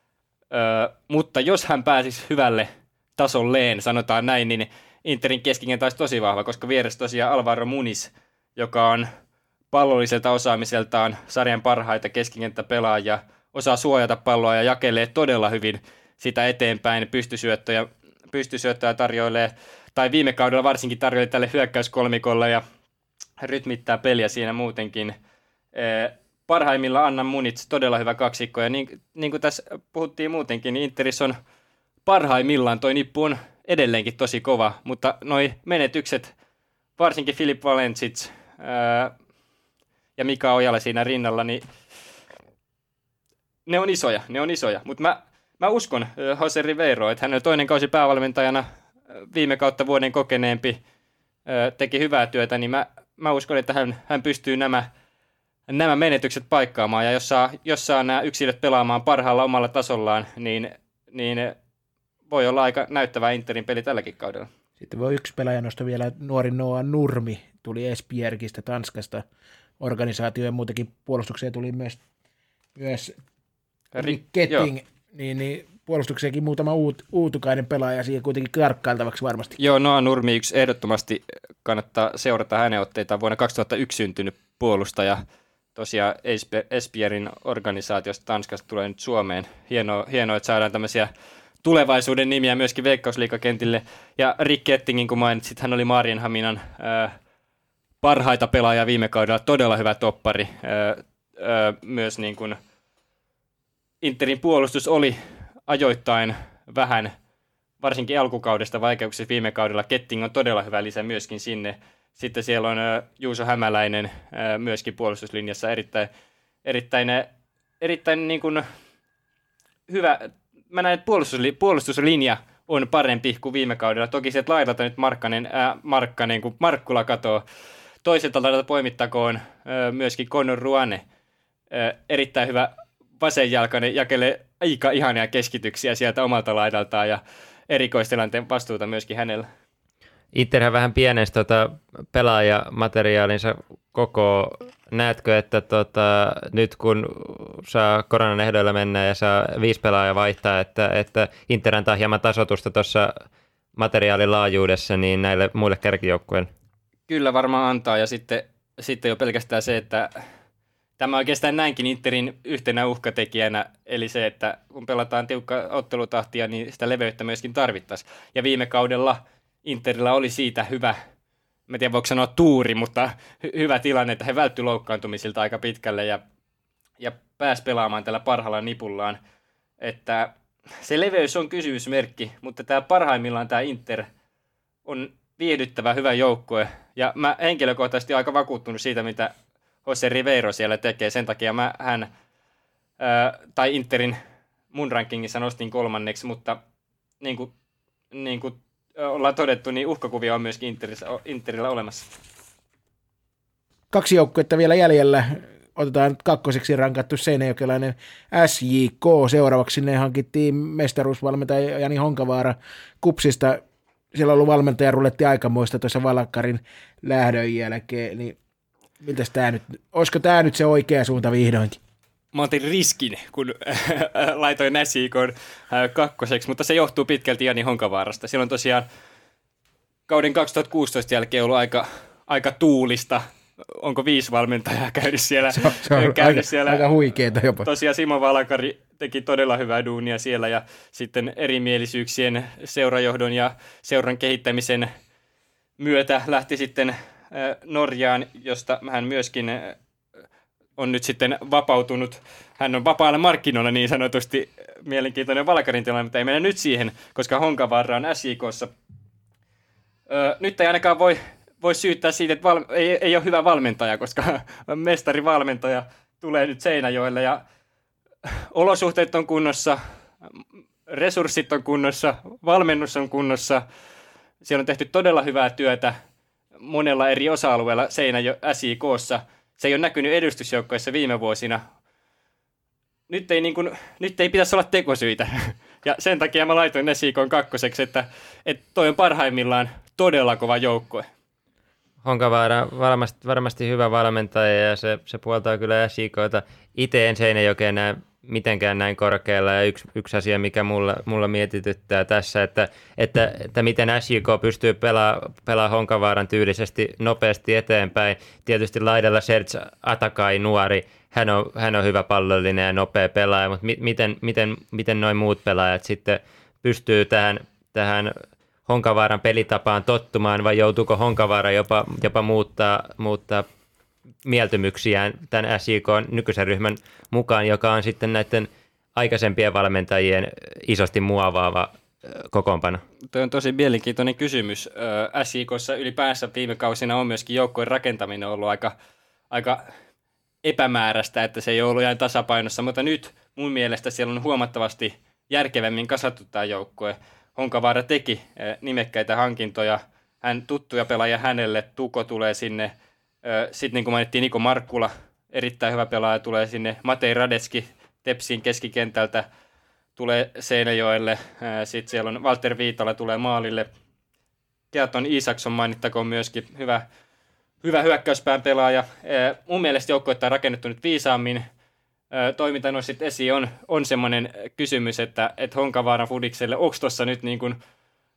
Mutta jos hän pääsisi hyvälle tasolleen, sanotaan näin, niin Interin keskikenttä olisi tosi vahva, koska vieressä tosiaan Alvaro Muniz, joka on pallolliselta osaamiseltaan sarjan parhaita keskikenttäpelaajia, osaa suojata palloa ja jakelee todella hyvin sitä eteenpäin, pystysyöttöjä tarjoilee, tai viime kaudella varsinkin tarjoili tälle hyökkäyskolmikolle ja rytmittää peliä siinä muutenkin. Parhaimmillaan Annan Muniz, todella hyvä kaksikko, ja niin kuin tässä puhuttiin muutenkin, niin Interissä on parhaimmillaan, toi nippu on edelleenkin tosi kova, mutta noi menetykset, varsinkin Filip Valencic ja Mika Ojala siinä rinnalla, niin ne on isoja, mutta mä uskon Jose Riveiro, että hän on toinen kausi päävalmentajana, viime kautta vuoden kokeneempi, teki hyvää työtä, niin mä uskon, että hän pystyy nämä menetykset paikkaamaan, ja jos saa nämä yksilöt pelaamaan parhaalla omalla tasollaan, niin voi olla aika näyttävää Interin peli tälläkin kaudella. Sitten voi yksi pelaaja nostaa vielä, nuori Noah Nurmi, tuli Esbjergistä, Tanskasta, organisaatio ja muutenkin puolustukseen tuli myös Ketting, niin puolustukseenkin muutama uutukainen pelaaja siihen kuitenkin karkkailtavaksi varmasti. Joo, Noah Nurmi yksi ehdottomasti kannattaa seurata hänen otteitaan, vuonna 2001 syntynyt puolustaja. Tosiaan Esbjergin organisaatiosta Tanskasta tulee nyt Suomeen. Hienoa, että saadaan tämmöisiä tulevaisuuden nimiä myöskin Veikkausliigakentille. Ja Rick Kettingin, kun mainitsit, hän oli Maarienhaminan parhaita pelaajia viime kaudella. Todella hyvä toppari. Myös niin kuin Interin puolustus oli ajoittain vähän, varsinkin alkukaudesta vaikeuksissa viime kaudella. Ketting on todella hyvä lisä myöskin sinne. Sitten siellä on Juuso Hämäläinen myöskin puolustuslinjassa erittäin niin kuin hyvä. Mä näen, että puolustuslinja on parempi kuin viime kaudella. Toki sieltä laidalta nyt Markkanen, kun Markkula katoo. Toiselta laidalta poimittakoon myöskin Conor Ruane. Erittäin hyvä vasenjalkainen, jakelee aika ihania keskityksiä sieltä omalta laidaltaan ja erikoistilanteen vastuuta myöskin hänellä. Interhän vähän pienensi pelaajamateriaalinsa koko. Näetkö, että nyt kun saa koronan ehdoilla mennä ja saa 5 pelaajaa vaihtaa, että Inter antaa hieman tasoitusta tuossa materiaalin laajuudessa niin näille muille kärkijoukkueille? Kyllä varmaan antaa, ja sitten jo pelkästään se, että tämä oikeastaan näinkin Interin yhtenä uhkatekijänä, eli se, että kun pelataan tiukka ottelutahtia, niin sitä leveyttä myöskin tarvittaisiin. Ja viime kaudella Interillä oli siitä hyvä, en tiedä voiko sanoa tuuri, mutta hyvä tilanne, että he vältty loukkaantumisilta aika pitkälle ja pääsi pelaamaan tällä parhaalla nipullaan. Että se leveys on kysymysmerkki, mutta tämä parhaimmillaan tämä Inter on viihdyttävä hyvä joukkue. Ja mä henkilökohtaisesti aika vakuuttunut siitä, mitä Jose Riveiro siellä tekee. Sen takia tai Interin mun rankingissa nostin 3, mutta niin kuin ollaan todettu, niin uhkakuvia on myöskin Interillä olemassa. 2 joukkuetta vielä jäljellä. Otetaan nyt 2. rankattu seinäjokelainen SJK. Seuraavaksi sinne hankittiin mestaruusvalmentaja Jani Honkavaara KuPSista. Siellä on ollut valmentajarulletti aikamoista tuossa Valakkarin lähdön jälkeen. Niin miltäs tämä nyt, olisiko tämä nyt se oikea suunta vihdoinkin? Mä otin riskin, kun laitoin SJK:n 2, mutta se johtuu pitkälti Jani Honkavaarasta. Silloin tosiaan kauden 2016 jälkeen ollut aika tuulista. Onko 5 valmentajaa käynyt siellä? Se on aika huikeeta jopa. Tosiaan Simo Valakari teki todella hyvää duunia siellä, ja sitten erimielisyyksien seurajohdon ja seuran kehittämisen myötä lähti sitten Norjaan, josta hän myöskin on nyt sitten vapautunut. Hän on vapaalla markkinoilla niin sanotusti, mielenkiintoinen Valakarin tilanne, mutta ei mennä nyt siihen, koska Honkavaara on SJK:ssa. Nyt ei ainakaan voi syyttää siitä, että ei ole hyvä valmentaja, koska mestarivalmentaja tulee nyt Seinäjoelle ja olosuhteet on kunnossa, resurssit on kunnossa, valmennus on kunnossa. Siellä on tehty todella hyvää työtä monella eri osa-alueella SJK:ssa. Se ei ole näkynyt edustusjoukkoissa viime vuosina. Nyt ei pitäisi olla tekosyitä. Ja sen takia mä laitoin SJK:n 2, että toi on parhaimmillaan todella kova joukkue. Honkavaara varmasti hyvä valmentaja ja se puoltaa kyllä SJK:ta. Itse en Seinäjokeen näe mitenkään näin korkealla, ja yksi asia, mikä mulla mietityttää tässä, että miten SJK pystyy pelaamaan Honkavaaran tyylisesti nopeasti eteenpäin. Tietysti laidalla Serge Atakai nuori, hän on hyvä pallollinen ja nopea pelaaja, mutta miten noin muut pelaajat sitten pystyy tähän Honkavaaran pelitapaan tottumaan, vai joutuuko Honkavaara jopa muuttaa mieltymyksiään tämän SJK:n nykyisen ryhmän mukaan, joka on sitten näiden aikaisempien valmentajien isosti muovaava kokoonpano? Tuo on tosi mielenkiintoinen kysymys. SJK:ssa ylipäänsä viime kausina on myöskin joukkojen rakentaminen ollut aika epämääräistä, että se ei ollut ihan tasapainossa, mutta nyt mun mielestä siellä on huomattavasti järkevämmin kasattu tämä joukkue. Honkavaara teki nimekkäitä hankintoja, tuttuja pelaajia hänelle, Tuko tulee sinne, sitten niin kuin mainittiin Niko Markkula, erittäin hyvä pelaaja tulee sinne, Matei Radetski Tepsin keskikentältä tulee Seinäjoelle, sitten siellä on Walter Viitala tulee maalille, Keaton Isaksson mainittakoon myöskin, hyvä hyökkäyspään pelaaja. Mun mielestä joukkuetta on rakennettu nyt viisaammin. Toi, mitä nostit esiin, on semmoinen kysymys, että Honkavaaran fudikselle, onko tuossa nyt niin kuin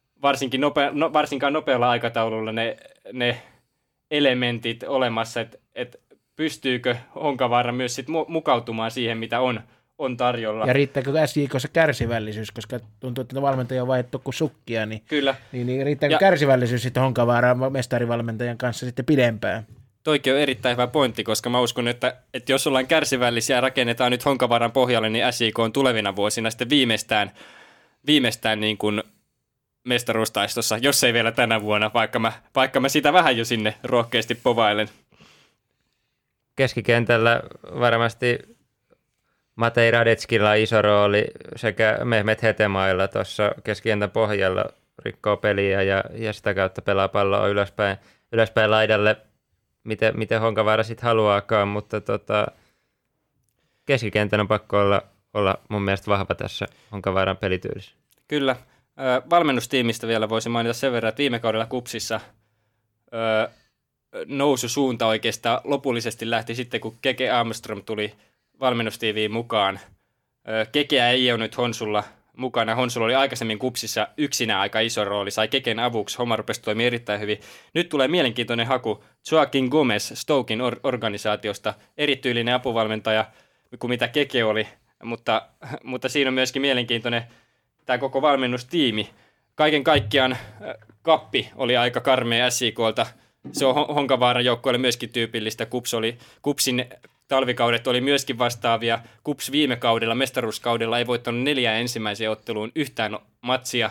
varsinkaan nopealla aikataululla ne elementit olemassa, että pystyykö Honkavaara myös sit mukautumaan siihen, mitä on tarjolla. Ja riittääkö SJK:ssa kärsivällisyys, koska tuntuu, että valmentaja on vaihdettu kuin sukkia, niin, Kyllä. niin riittääkö kärsivällisyys sitten Honkavaaran mestarivalmentajan kanssa sitten pidempään? Toikin on erittäin hyvä pointti, koska mä uskon, että jos ollaan kärsivällisiä ja rakennetaan nyt Honkavaaran pohjalle, niin SJK on tulevina vuosina sitten viimeistään niin kuin mestaruustaistossa, jos ei vielä tänä vuonna, vaikka mä sitä vähän jo sinne rohkeasti povailen. Keskikentällä varmasti Matei Radetskilla on iso rooli sekä Mehmet Hetemailla tuossa keskikentän pohjalla rikkoo peliä ja sitä kautta pelaa palloa ylöspäin laidalle, miten Honkavaara sitten haluaakaan, mutta keskikentän on pakko olla mun mielestä vahva tässä Honkavaaran pelityylissä. Kyllä. Valmennustiimistä vielä voisin mainita sen verran, että viime kaudella KuPSissa noususuunta oikeastaan lopullisesti lähti sitten, kun Keke Armstrong tuli valmennustiiviin mukaan. Kekeä ei ole nyt Honsulla mukana. Honsulla oli aikaisemmin KuPSissa yksinään aika iso rooli, sai Keken avuksi, homma rupesi toimia erittäin hyvin. Nyt tulee mielenkiintoinen haku Joaquin Gomez Stoken organisaatiosta, erityylinen apuvalmentaja kuin mitä Keke oli, mutta siinä on myöskin mielenkiintoinen tämä koko valmennustiimi. Kaiken kaikkiaan kappi oli aika karmea SJK:lta. Se on Honkavaaran joukkueelle myöskin tyypillistä. KuPSin talvikaudet oli myöskin vastaavia. KuPS viime kaudella, mestaruuskaudella, ei voittanut 4 ensimmäiseen otteluun yhtään matsia.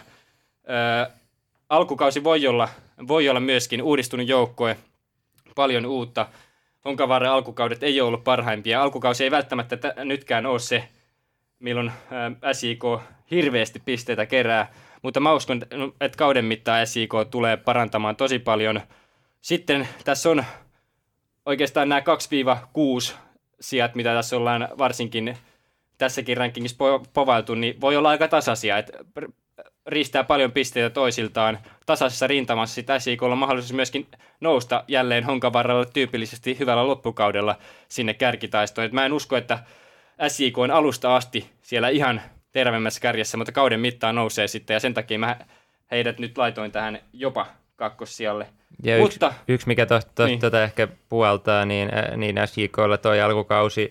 Alkukausi voi olla myöskin uudistunut joukkue, paljon uutta. Honkavaaran alkukaudet ei ole ollut parhaimpia. Alkukausi ei välttämättä nytkään ole se, milloin SJK hirveästi pisteitä kerää, mutta mä uskon, että kauden mittaan SJK tulee parantamaan tosi paljon. Sitten tässä on oikeastaan nämä 2-6 sijat, mitä tässä ollaan varsinkin tässäkin rankingissa povailtu, niin voi olla aika tasaisia, että riistää paljon pisteitä toisiltaan. Tasaisessa rintamassa sitten SJK:lla on mahdollisuus myöskin nousta jälleen Honkavaaralle tyypillisesti hyvällä loppukaudella sinne kärkitaistoon. Et mä en usko, että SJK on alusta asti siellä ihan terveemmässä kärjessä, mutta kauden mittaan nousee sitten, ja sen takia mä heidät nyt laitoin tähän jopa kakkossijalle. Ja yksi mikä tuota ehkä puoltaa, niin SJK:lla toi alkukausi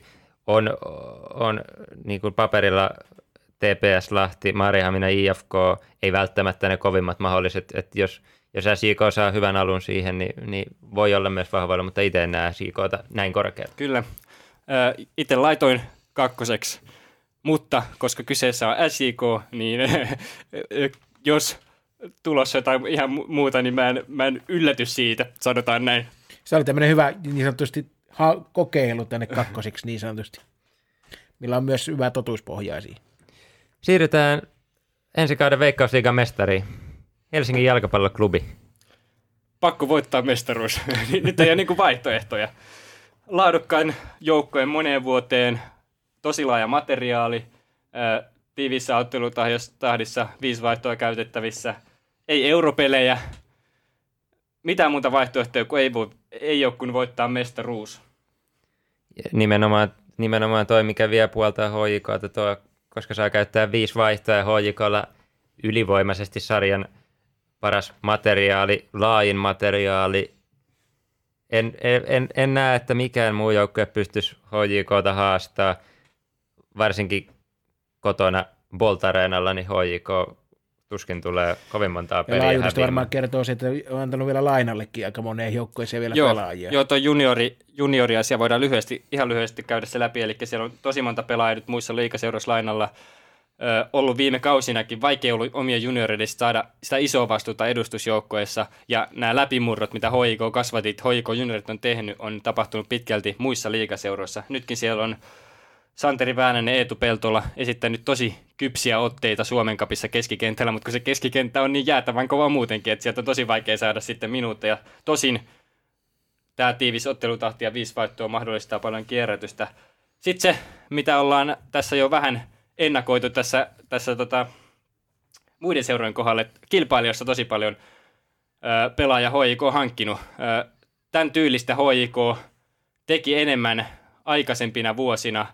on niin kuin paperilla TPS Lahti, Maarihamina, IFK, ei välttämättä ne kovimmat mahdolliset, että jos SJK saa hyvän alun siihen, niin voi olla myös vahvoilla, mutta itse en näe SJK:ta näin korkealla. Kyllä. Itse laitoin kakkoseksi, mutta koska kyseessä on SJK, niin jos tulossa jotain ihan muuta, niin mä en ylläty siitä, sanotaan näin. Se oli tämmöinen hyvä niin sanotusti kokeilu tänne kakkosiksi niin sanotusti, millä on myös hyvä totuuspohjaisia. Siirrytään ensi kauden Veikkausliigan mestariin. Helsingin jalkapalloklubi. Pakko voittaa mestaruus. Nyt ei ole niin kuin vaihtoehtoja. Laadukkain joukkojen moneen vuoteen, tosi laaja materiaali, tiiviissä ottelutahdissa, 5 vaihtoa käytettävissä, ei europelejä, mitään muuta vaihtoehtoja kuin ei ole kuin voittaa mestaruus. Nimenomaan toi, mikä vie puolta HJK:ta tuo, koska saa käyttää 5 vaihtoa ja HJK:lla ylivoimaisesti sarjan paras materiaali, laajin materiaali. En näe, että mikään muu joukkue pystyisi HJK:ta haastaa, varsinkin kotona Bolt-areenalla, niin HJK tuskin tulee kovin montaa peliä häviämään. Laajuudesta varmaan kertoo se, että on antanut vielä lainallekin aika moneen joukkueeseen vielä pelaajia. Joo, tuo junioriasia voidaan ihan lyhyesti käydä se läpi, eli siellä on tosi monta pelaajia nyt muissa liigaseuroissa lainalla ollut viime kausinakin, vaikea ollut omia junioreiden saada sitä isoa vastuuta edustusjoukkoissa, ja nämä läpimurrot, mitä HJK juniorit on tehnyt, on tapahtunut pitkälti muissa liigaseuroissa. Nytkin siellä on Santeri Väänänen, Eetu Peltola esittänyt tosi kypsiä otteita Suomen Cupissa keskikentällä, mutta kun se keskikenttä on niin jäätävän kova muutenkin, että sieltä on tosi vaikea saada sitten minuutteja. Tosin tämä tiivis ottelutahti ja 5 vaihtoa mahdollistaa paljon kierrätystä. Sitten se, mitä ollaan tässä jo vähän ennakoitu tässä muiden seurojen kohdalle, että kilpailijassa tosi paljon pelaaja HJK hankkinut. Tämän tyylistä HJK teki enemmän aikaisempina vuosina.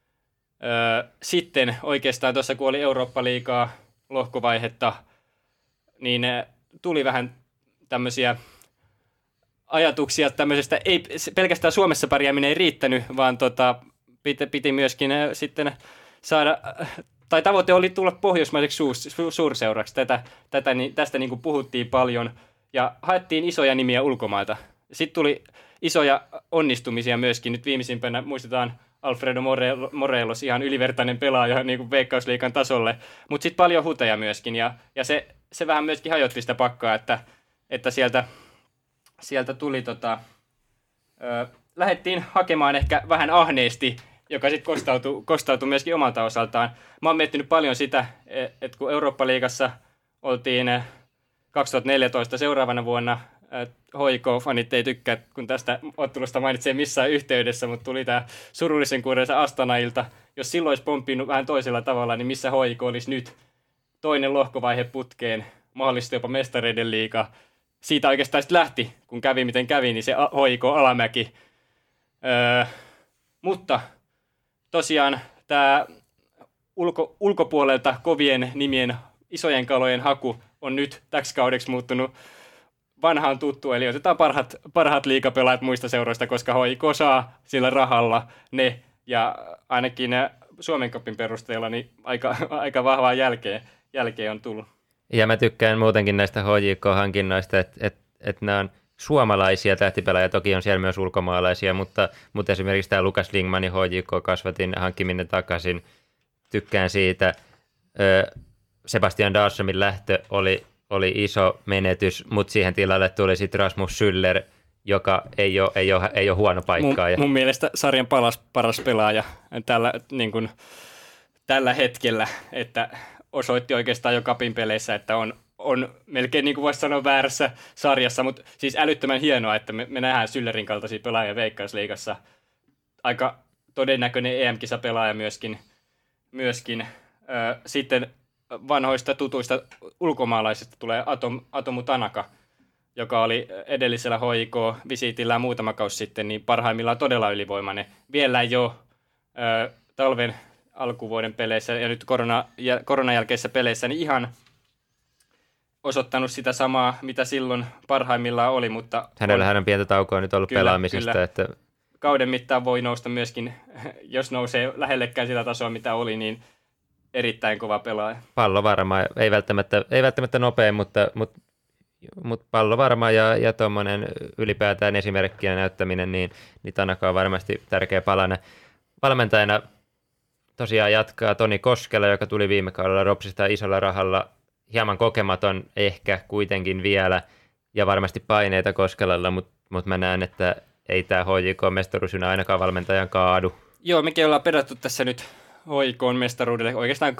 Sitten oikeastaan tuossa, kun oli Eurooppa-liigaa lohkovaihetta, niin tuli vähän tämmöisiä ajatuksia tämmöisestä, ei pelkästään Suomessa pärjääminen ei riittänyt, vaan piti myöskin sitten saada, tai tavoite oli tulla pohjoismaiseksi suurseuraksi. Tästä niin kuin puhuttiin paljon ja haettiin isoja nimiä ulkomailta. Sitten tuli isoja onnistumisia myöskin. Nyt viimeisimpänä muistetaan Alfredo Morelos, ihan ylivertainen pelaaja niin kuin Veikkausliigan tasolle, mutta sitten paljon huteja myöskin, ja se vähän myöskin hajotti sitä pakkaa, että sieltä tuli lähdettiin hakemaan ehkä vähän ahneesti, joka sitten kostautui myöskin omalta osaltaan. Mä oon miettinyt paljon sitä, että kun Eurooppa-liigassa oltiin 2014 seuraavana vuonna, HJK-fanit ei tykkää, kun tästä ottelusta mainitsee missään yhteydessä, mutta tuli tämä surullisen kuureisa Astana-ilta. Jos silloin olisi pomppinut vähän toisella tavalla, niin missä HJK olisi nyt? toinen lohkovaihe putkeen, mahdollisesti jopa mestareiden liiga. Siitä oikeastaan sitten lähti, kun kävi miten kävi, niin se HJK alamäki. Mutta tosiaan tämä ulkopuolelta kovien nimien isojen kalojen haku on nyt täksi kaudeksi muuttunut vanhaan tuttu, eli otetaan parhaat liigapelaajat muista seuroista, koska HJK saa sillä rahalla ne, ja ainakin Suomen Cupin perusteella niin aika vahvaa jälkeen on tullut. Ja mä tykkään muutenkin näistä HJK-hankinnoista, että nämä on suomalaisia tähtipelaajia, toki on siellä myös ulkomaalaisia, mutta esimerkiksi tämä Lukas Lingmanin HJK-kasvatin hankkiminen takaisin, tykkään siitä. Sebastian Darsomin lähtö oli iso menetys, mutta siihen tilalle tuli sitten Rasmus Schüller, joka ei ole huono paikka. Mun mielestä sarjan paras pelaaja tällä hetkellä, että osoitti oikeastaan jo Cupin peleissä, että on melkein niin kuin voisi sanoa väärässä sarjassa, mutta siis älyttömän hienoa, että me nähdään Schüllerin kaltaisia pelaajia Veikkausliigassa. Aika todennäköinen EM-kisapelaaja myöskin. Sitten vanhoista tutuista ulkomaalaisista tulee Atomu Tanaka, joka oli edellisellä HJK-visiitillä muutama kausi sitten, niin parhaimmillaan todella ylivoimainen. Vielä ei ole talven alkuvuoden peleissä ja nyt koronan jälkeisissä peleissä niin ihan osoittanut sitä samaa, mitä silloin parhaimmillaan oli, mutta Hänellä on pientä taukoa nyt ollut pelaamisesta. Kyllä. Että Kauden mittaan voi nousta myöskin, jos nousee lähellekään sitä tasoa, mitä oli, niin erittäin kova pelaaja. Pallo varma, ei välttämättä nopea, mutta pallo varma ja tuommoinen ylipäätään esimerkkiä näyttäminen, niin Tanaka on varmasti tärkeä palanen. Valmentajana tosiaan jatkaa Toni Koskela, joka tuli viime kaudella Ropsista isolla rahalla, hieman kokematon ehkä kuitenkin vielä, ja varmasti paineita Koskelalla, mutta mä näen, että ei tämä HJK-mestaruusjuna ainakaan valmentajan kaadu. Joo, mekin ollaan pedattu tässä nyt HJK-mestaruudelle oikeastaan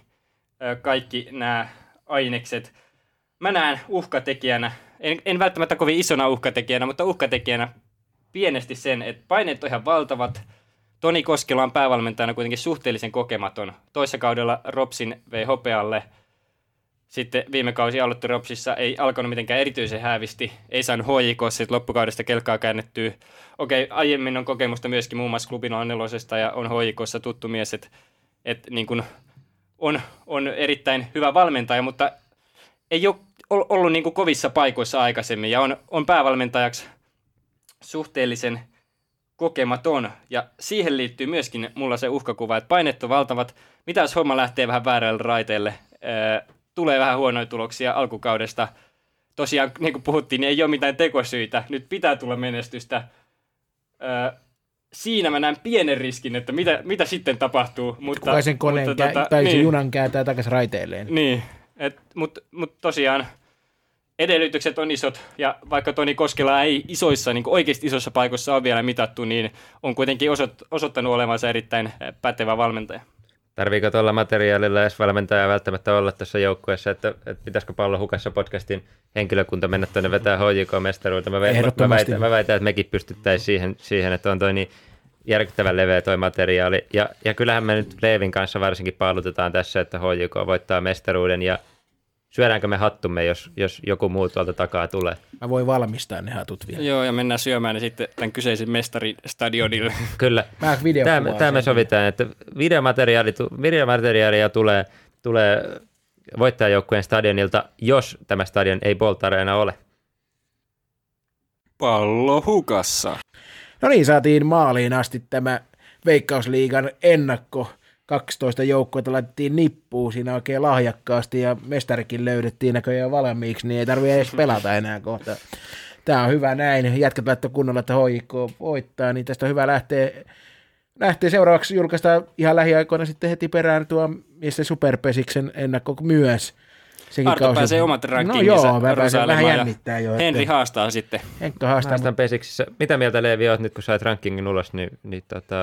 kaikki nämä ainekset. Mä näen uhkatekijänä, en välttämättä kovin isona uhkatekijänä, mutta uhkatekijänä pienesti sen, että paineet on ihan valtavat. Toni Koskela on päävalmentajana kuitenkin suhteellisen kokematon. Toissa kaudella Ropsin vei hopealle. Sitten viime kausi aloitti Ropsissa, ei alkanut mitenkään erityisen häävisti. Ei saanut HJK:ssa sitten loppukaudesta kelkkaa käännettyä. Okei, aiemmin on kokemusta myöskin muun muassa klubin onnelosesta ja on HJK:ssa tuttu mies, että niin kuin on erittäin hyvä valmentaja, mutta ei ole ollut niin kuin kovissa paikoissa aikaisemmin ja on päävalmentajaksi suhteellisen kokematon. Ja siihen liittyy myöskin mulla se uhkakuva, että paineet on valtavat. Mitä jos homma lähtee vähän väärälle raiteelle? Tulee vähän huonoja tuloksia alkukaudesta. Tosiaan, niin kuin puhuttiin, niin ei ole mitään tekosyitä. Nyt pitää tulla menestystä. Siinä mä näen pienen riskin, että mitä sitten tapahtuu. Kuka sen koneen tai niin. sen junan kääntää takaisin raiteilleen. Niin, mutta tosiaan edellytykset on isot, ja vaikka Toni Koskela ei isoissa, niin kuin oikeasti isoissa paikoissa ole vielä mitattu, niin on kuitenkin osoittanut olevansa erittäin pätevä valmentaja. Tarviiko tuolla materiaalilla edes valmentaja välttämättä olla tässä joukkueessa, että pitäisikö Pallo hukassa podcastin henkilökunta mennä tuonne vetää HJK-mestaruutta? Mä väitän, että mekin pystyttäisiin siihen, että on toi niin järkyttävän leveä toi materiaali. Ja kyllähän me nyt Leevin kanssa varsinkin paalutetaan tässä, että HJK voittaa mestaruuden, ja syödäänkö me hattumme, jos joku muu tuolta takaa tulee? Mä voin valmistaa ne hatut vielä. Joo, ja mennään syömään ne sitten tämän kyseisen mestaristadionille. Kyllä. Tämä me sovitaan, että videomateriaalia tulee voittajajoukkueen stadionilta, jos tämä stadion ei Bolt Arena ole. Pallo hukassa. No niin, saatiin maaliin asti tämä Veikkausliigan ennakko. 12 joukkuetta laitettiin nippuun siinä oikein lahjakkaasti ja mestarikin löydettiin näköjään valmiiksi, niin ei tarvitse edes pelata enää kohta. Tämä on hyvä näin. Jätkät laittoi kunnolla, että HJK voittaa, niin tästä on hyvä lähteä seuraavaksi julkaistaan ihan lähiaikoina sitten heti perään tuo missä Superpesiksen ennakko myös. Arto pääsee omat rankinginsa. No joo, mä pääsen vähän jännittää jo. Henri haastaa sitten. Henkka haastaa. Pesiksissä. Mitä mieltä Leevi olet nyt, kun sait rankingin ulos, niin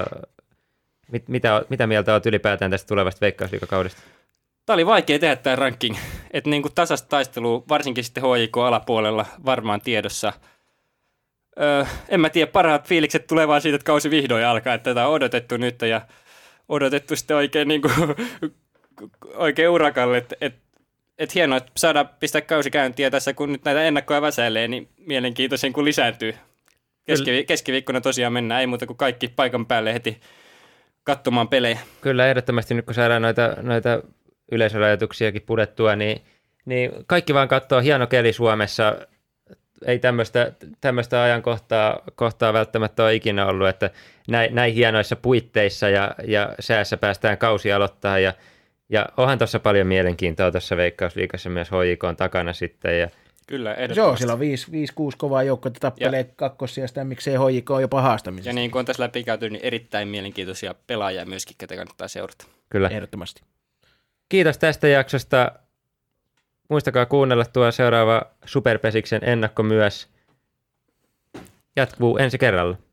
mitä mieltä olet ylipäätään tästä tulevasta Veikkausliigakaudesta? Tämä oli vaikea tehdä tämä ranking. Että niin kuin tasasta taistelua, varsinkin sitten HJK-alapuolella varmaan tiedossa. En mä tiedä, parhaat fiilikset tulee vaan siitä, että kausi vihdoin alkaa. Että tätä on odotettu nyt ja odotettu sitten oikein niin kuin oikein urakalle, että hienoa, että saadaan pistää kausi käyntiin ja tässä kun nyt näitä ennakkoja väsäilee, niin mielenkiintoisen kun lisääntyy. Keskiviikkona tosiaan mennään, ei muuta kuin kaikki paikan päälle heti katsomaan pelejä. Kyllä, ehdottomasti nyt kun saadaan noita yleisörajoituksiakin pudettua, niin kaikki vaan katsoo, hieno keli Suomessa. Ei tämmöistä ajankohtaa välttämättä ole ikinä ollut, että näin hienoissa puitteissa ja säässä päästään kausi aloittaa. Ja onhan tuossa paljon mielenkiintoa tuossa Veikkausliigassa myös HJK on takana sitten. Ja Kyllä, ehdottomasti. Joo, siellä on 5-6 kovaa joukkoa, että tappelee kakkossijasta ja miksei HJK on jopa haastamisesta. Ja niin kuin on tässä läpikäyty, niin erittäin mielenkiintoisia pelaajia myöskin, ketä kannattaa seurata. Kyllä. Ehdottomasti. Kiitos tästä jaksosta. Muistakaa kuunnella tuo seuraava Superpesiksen ennakko myös. Jatkuu ensi kerralla.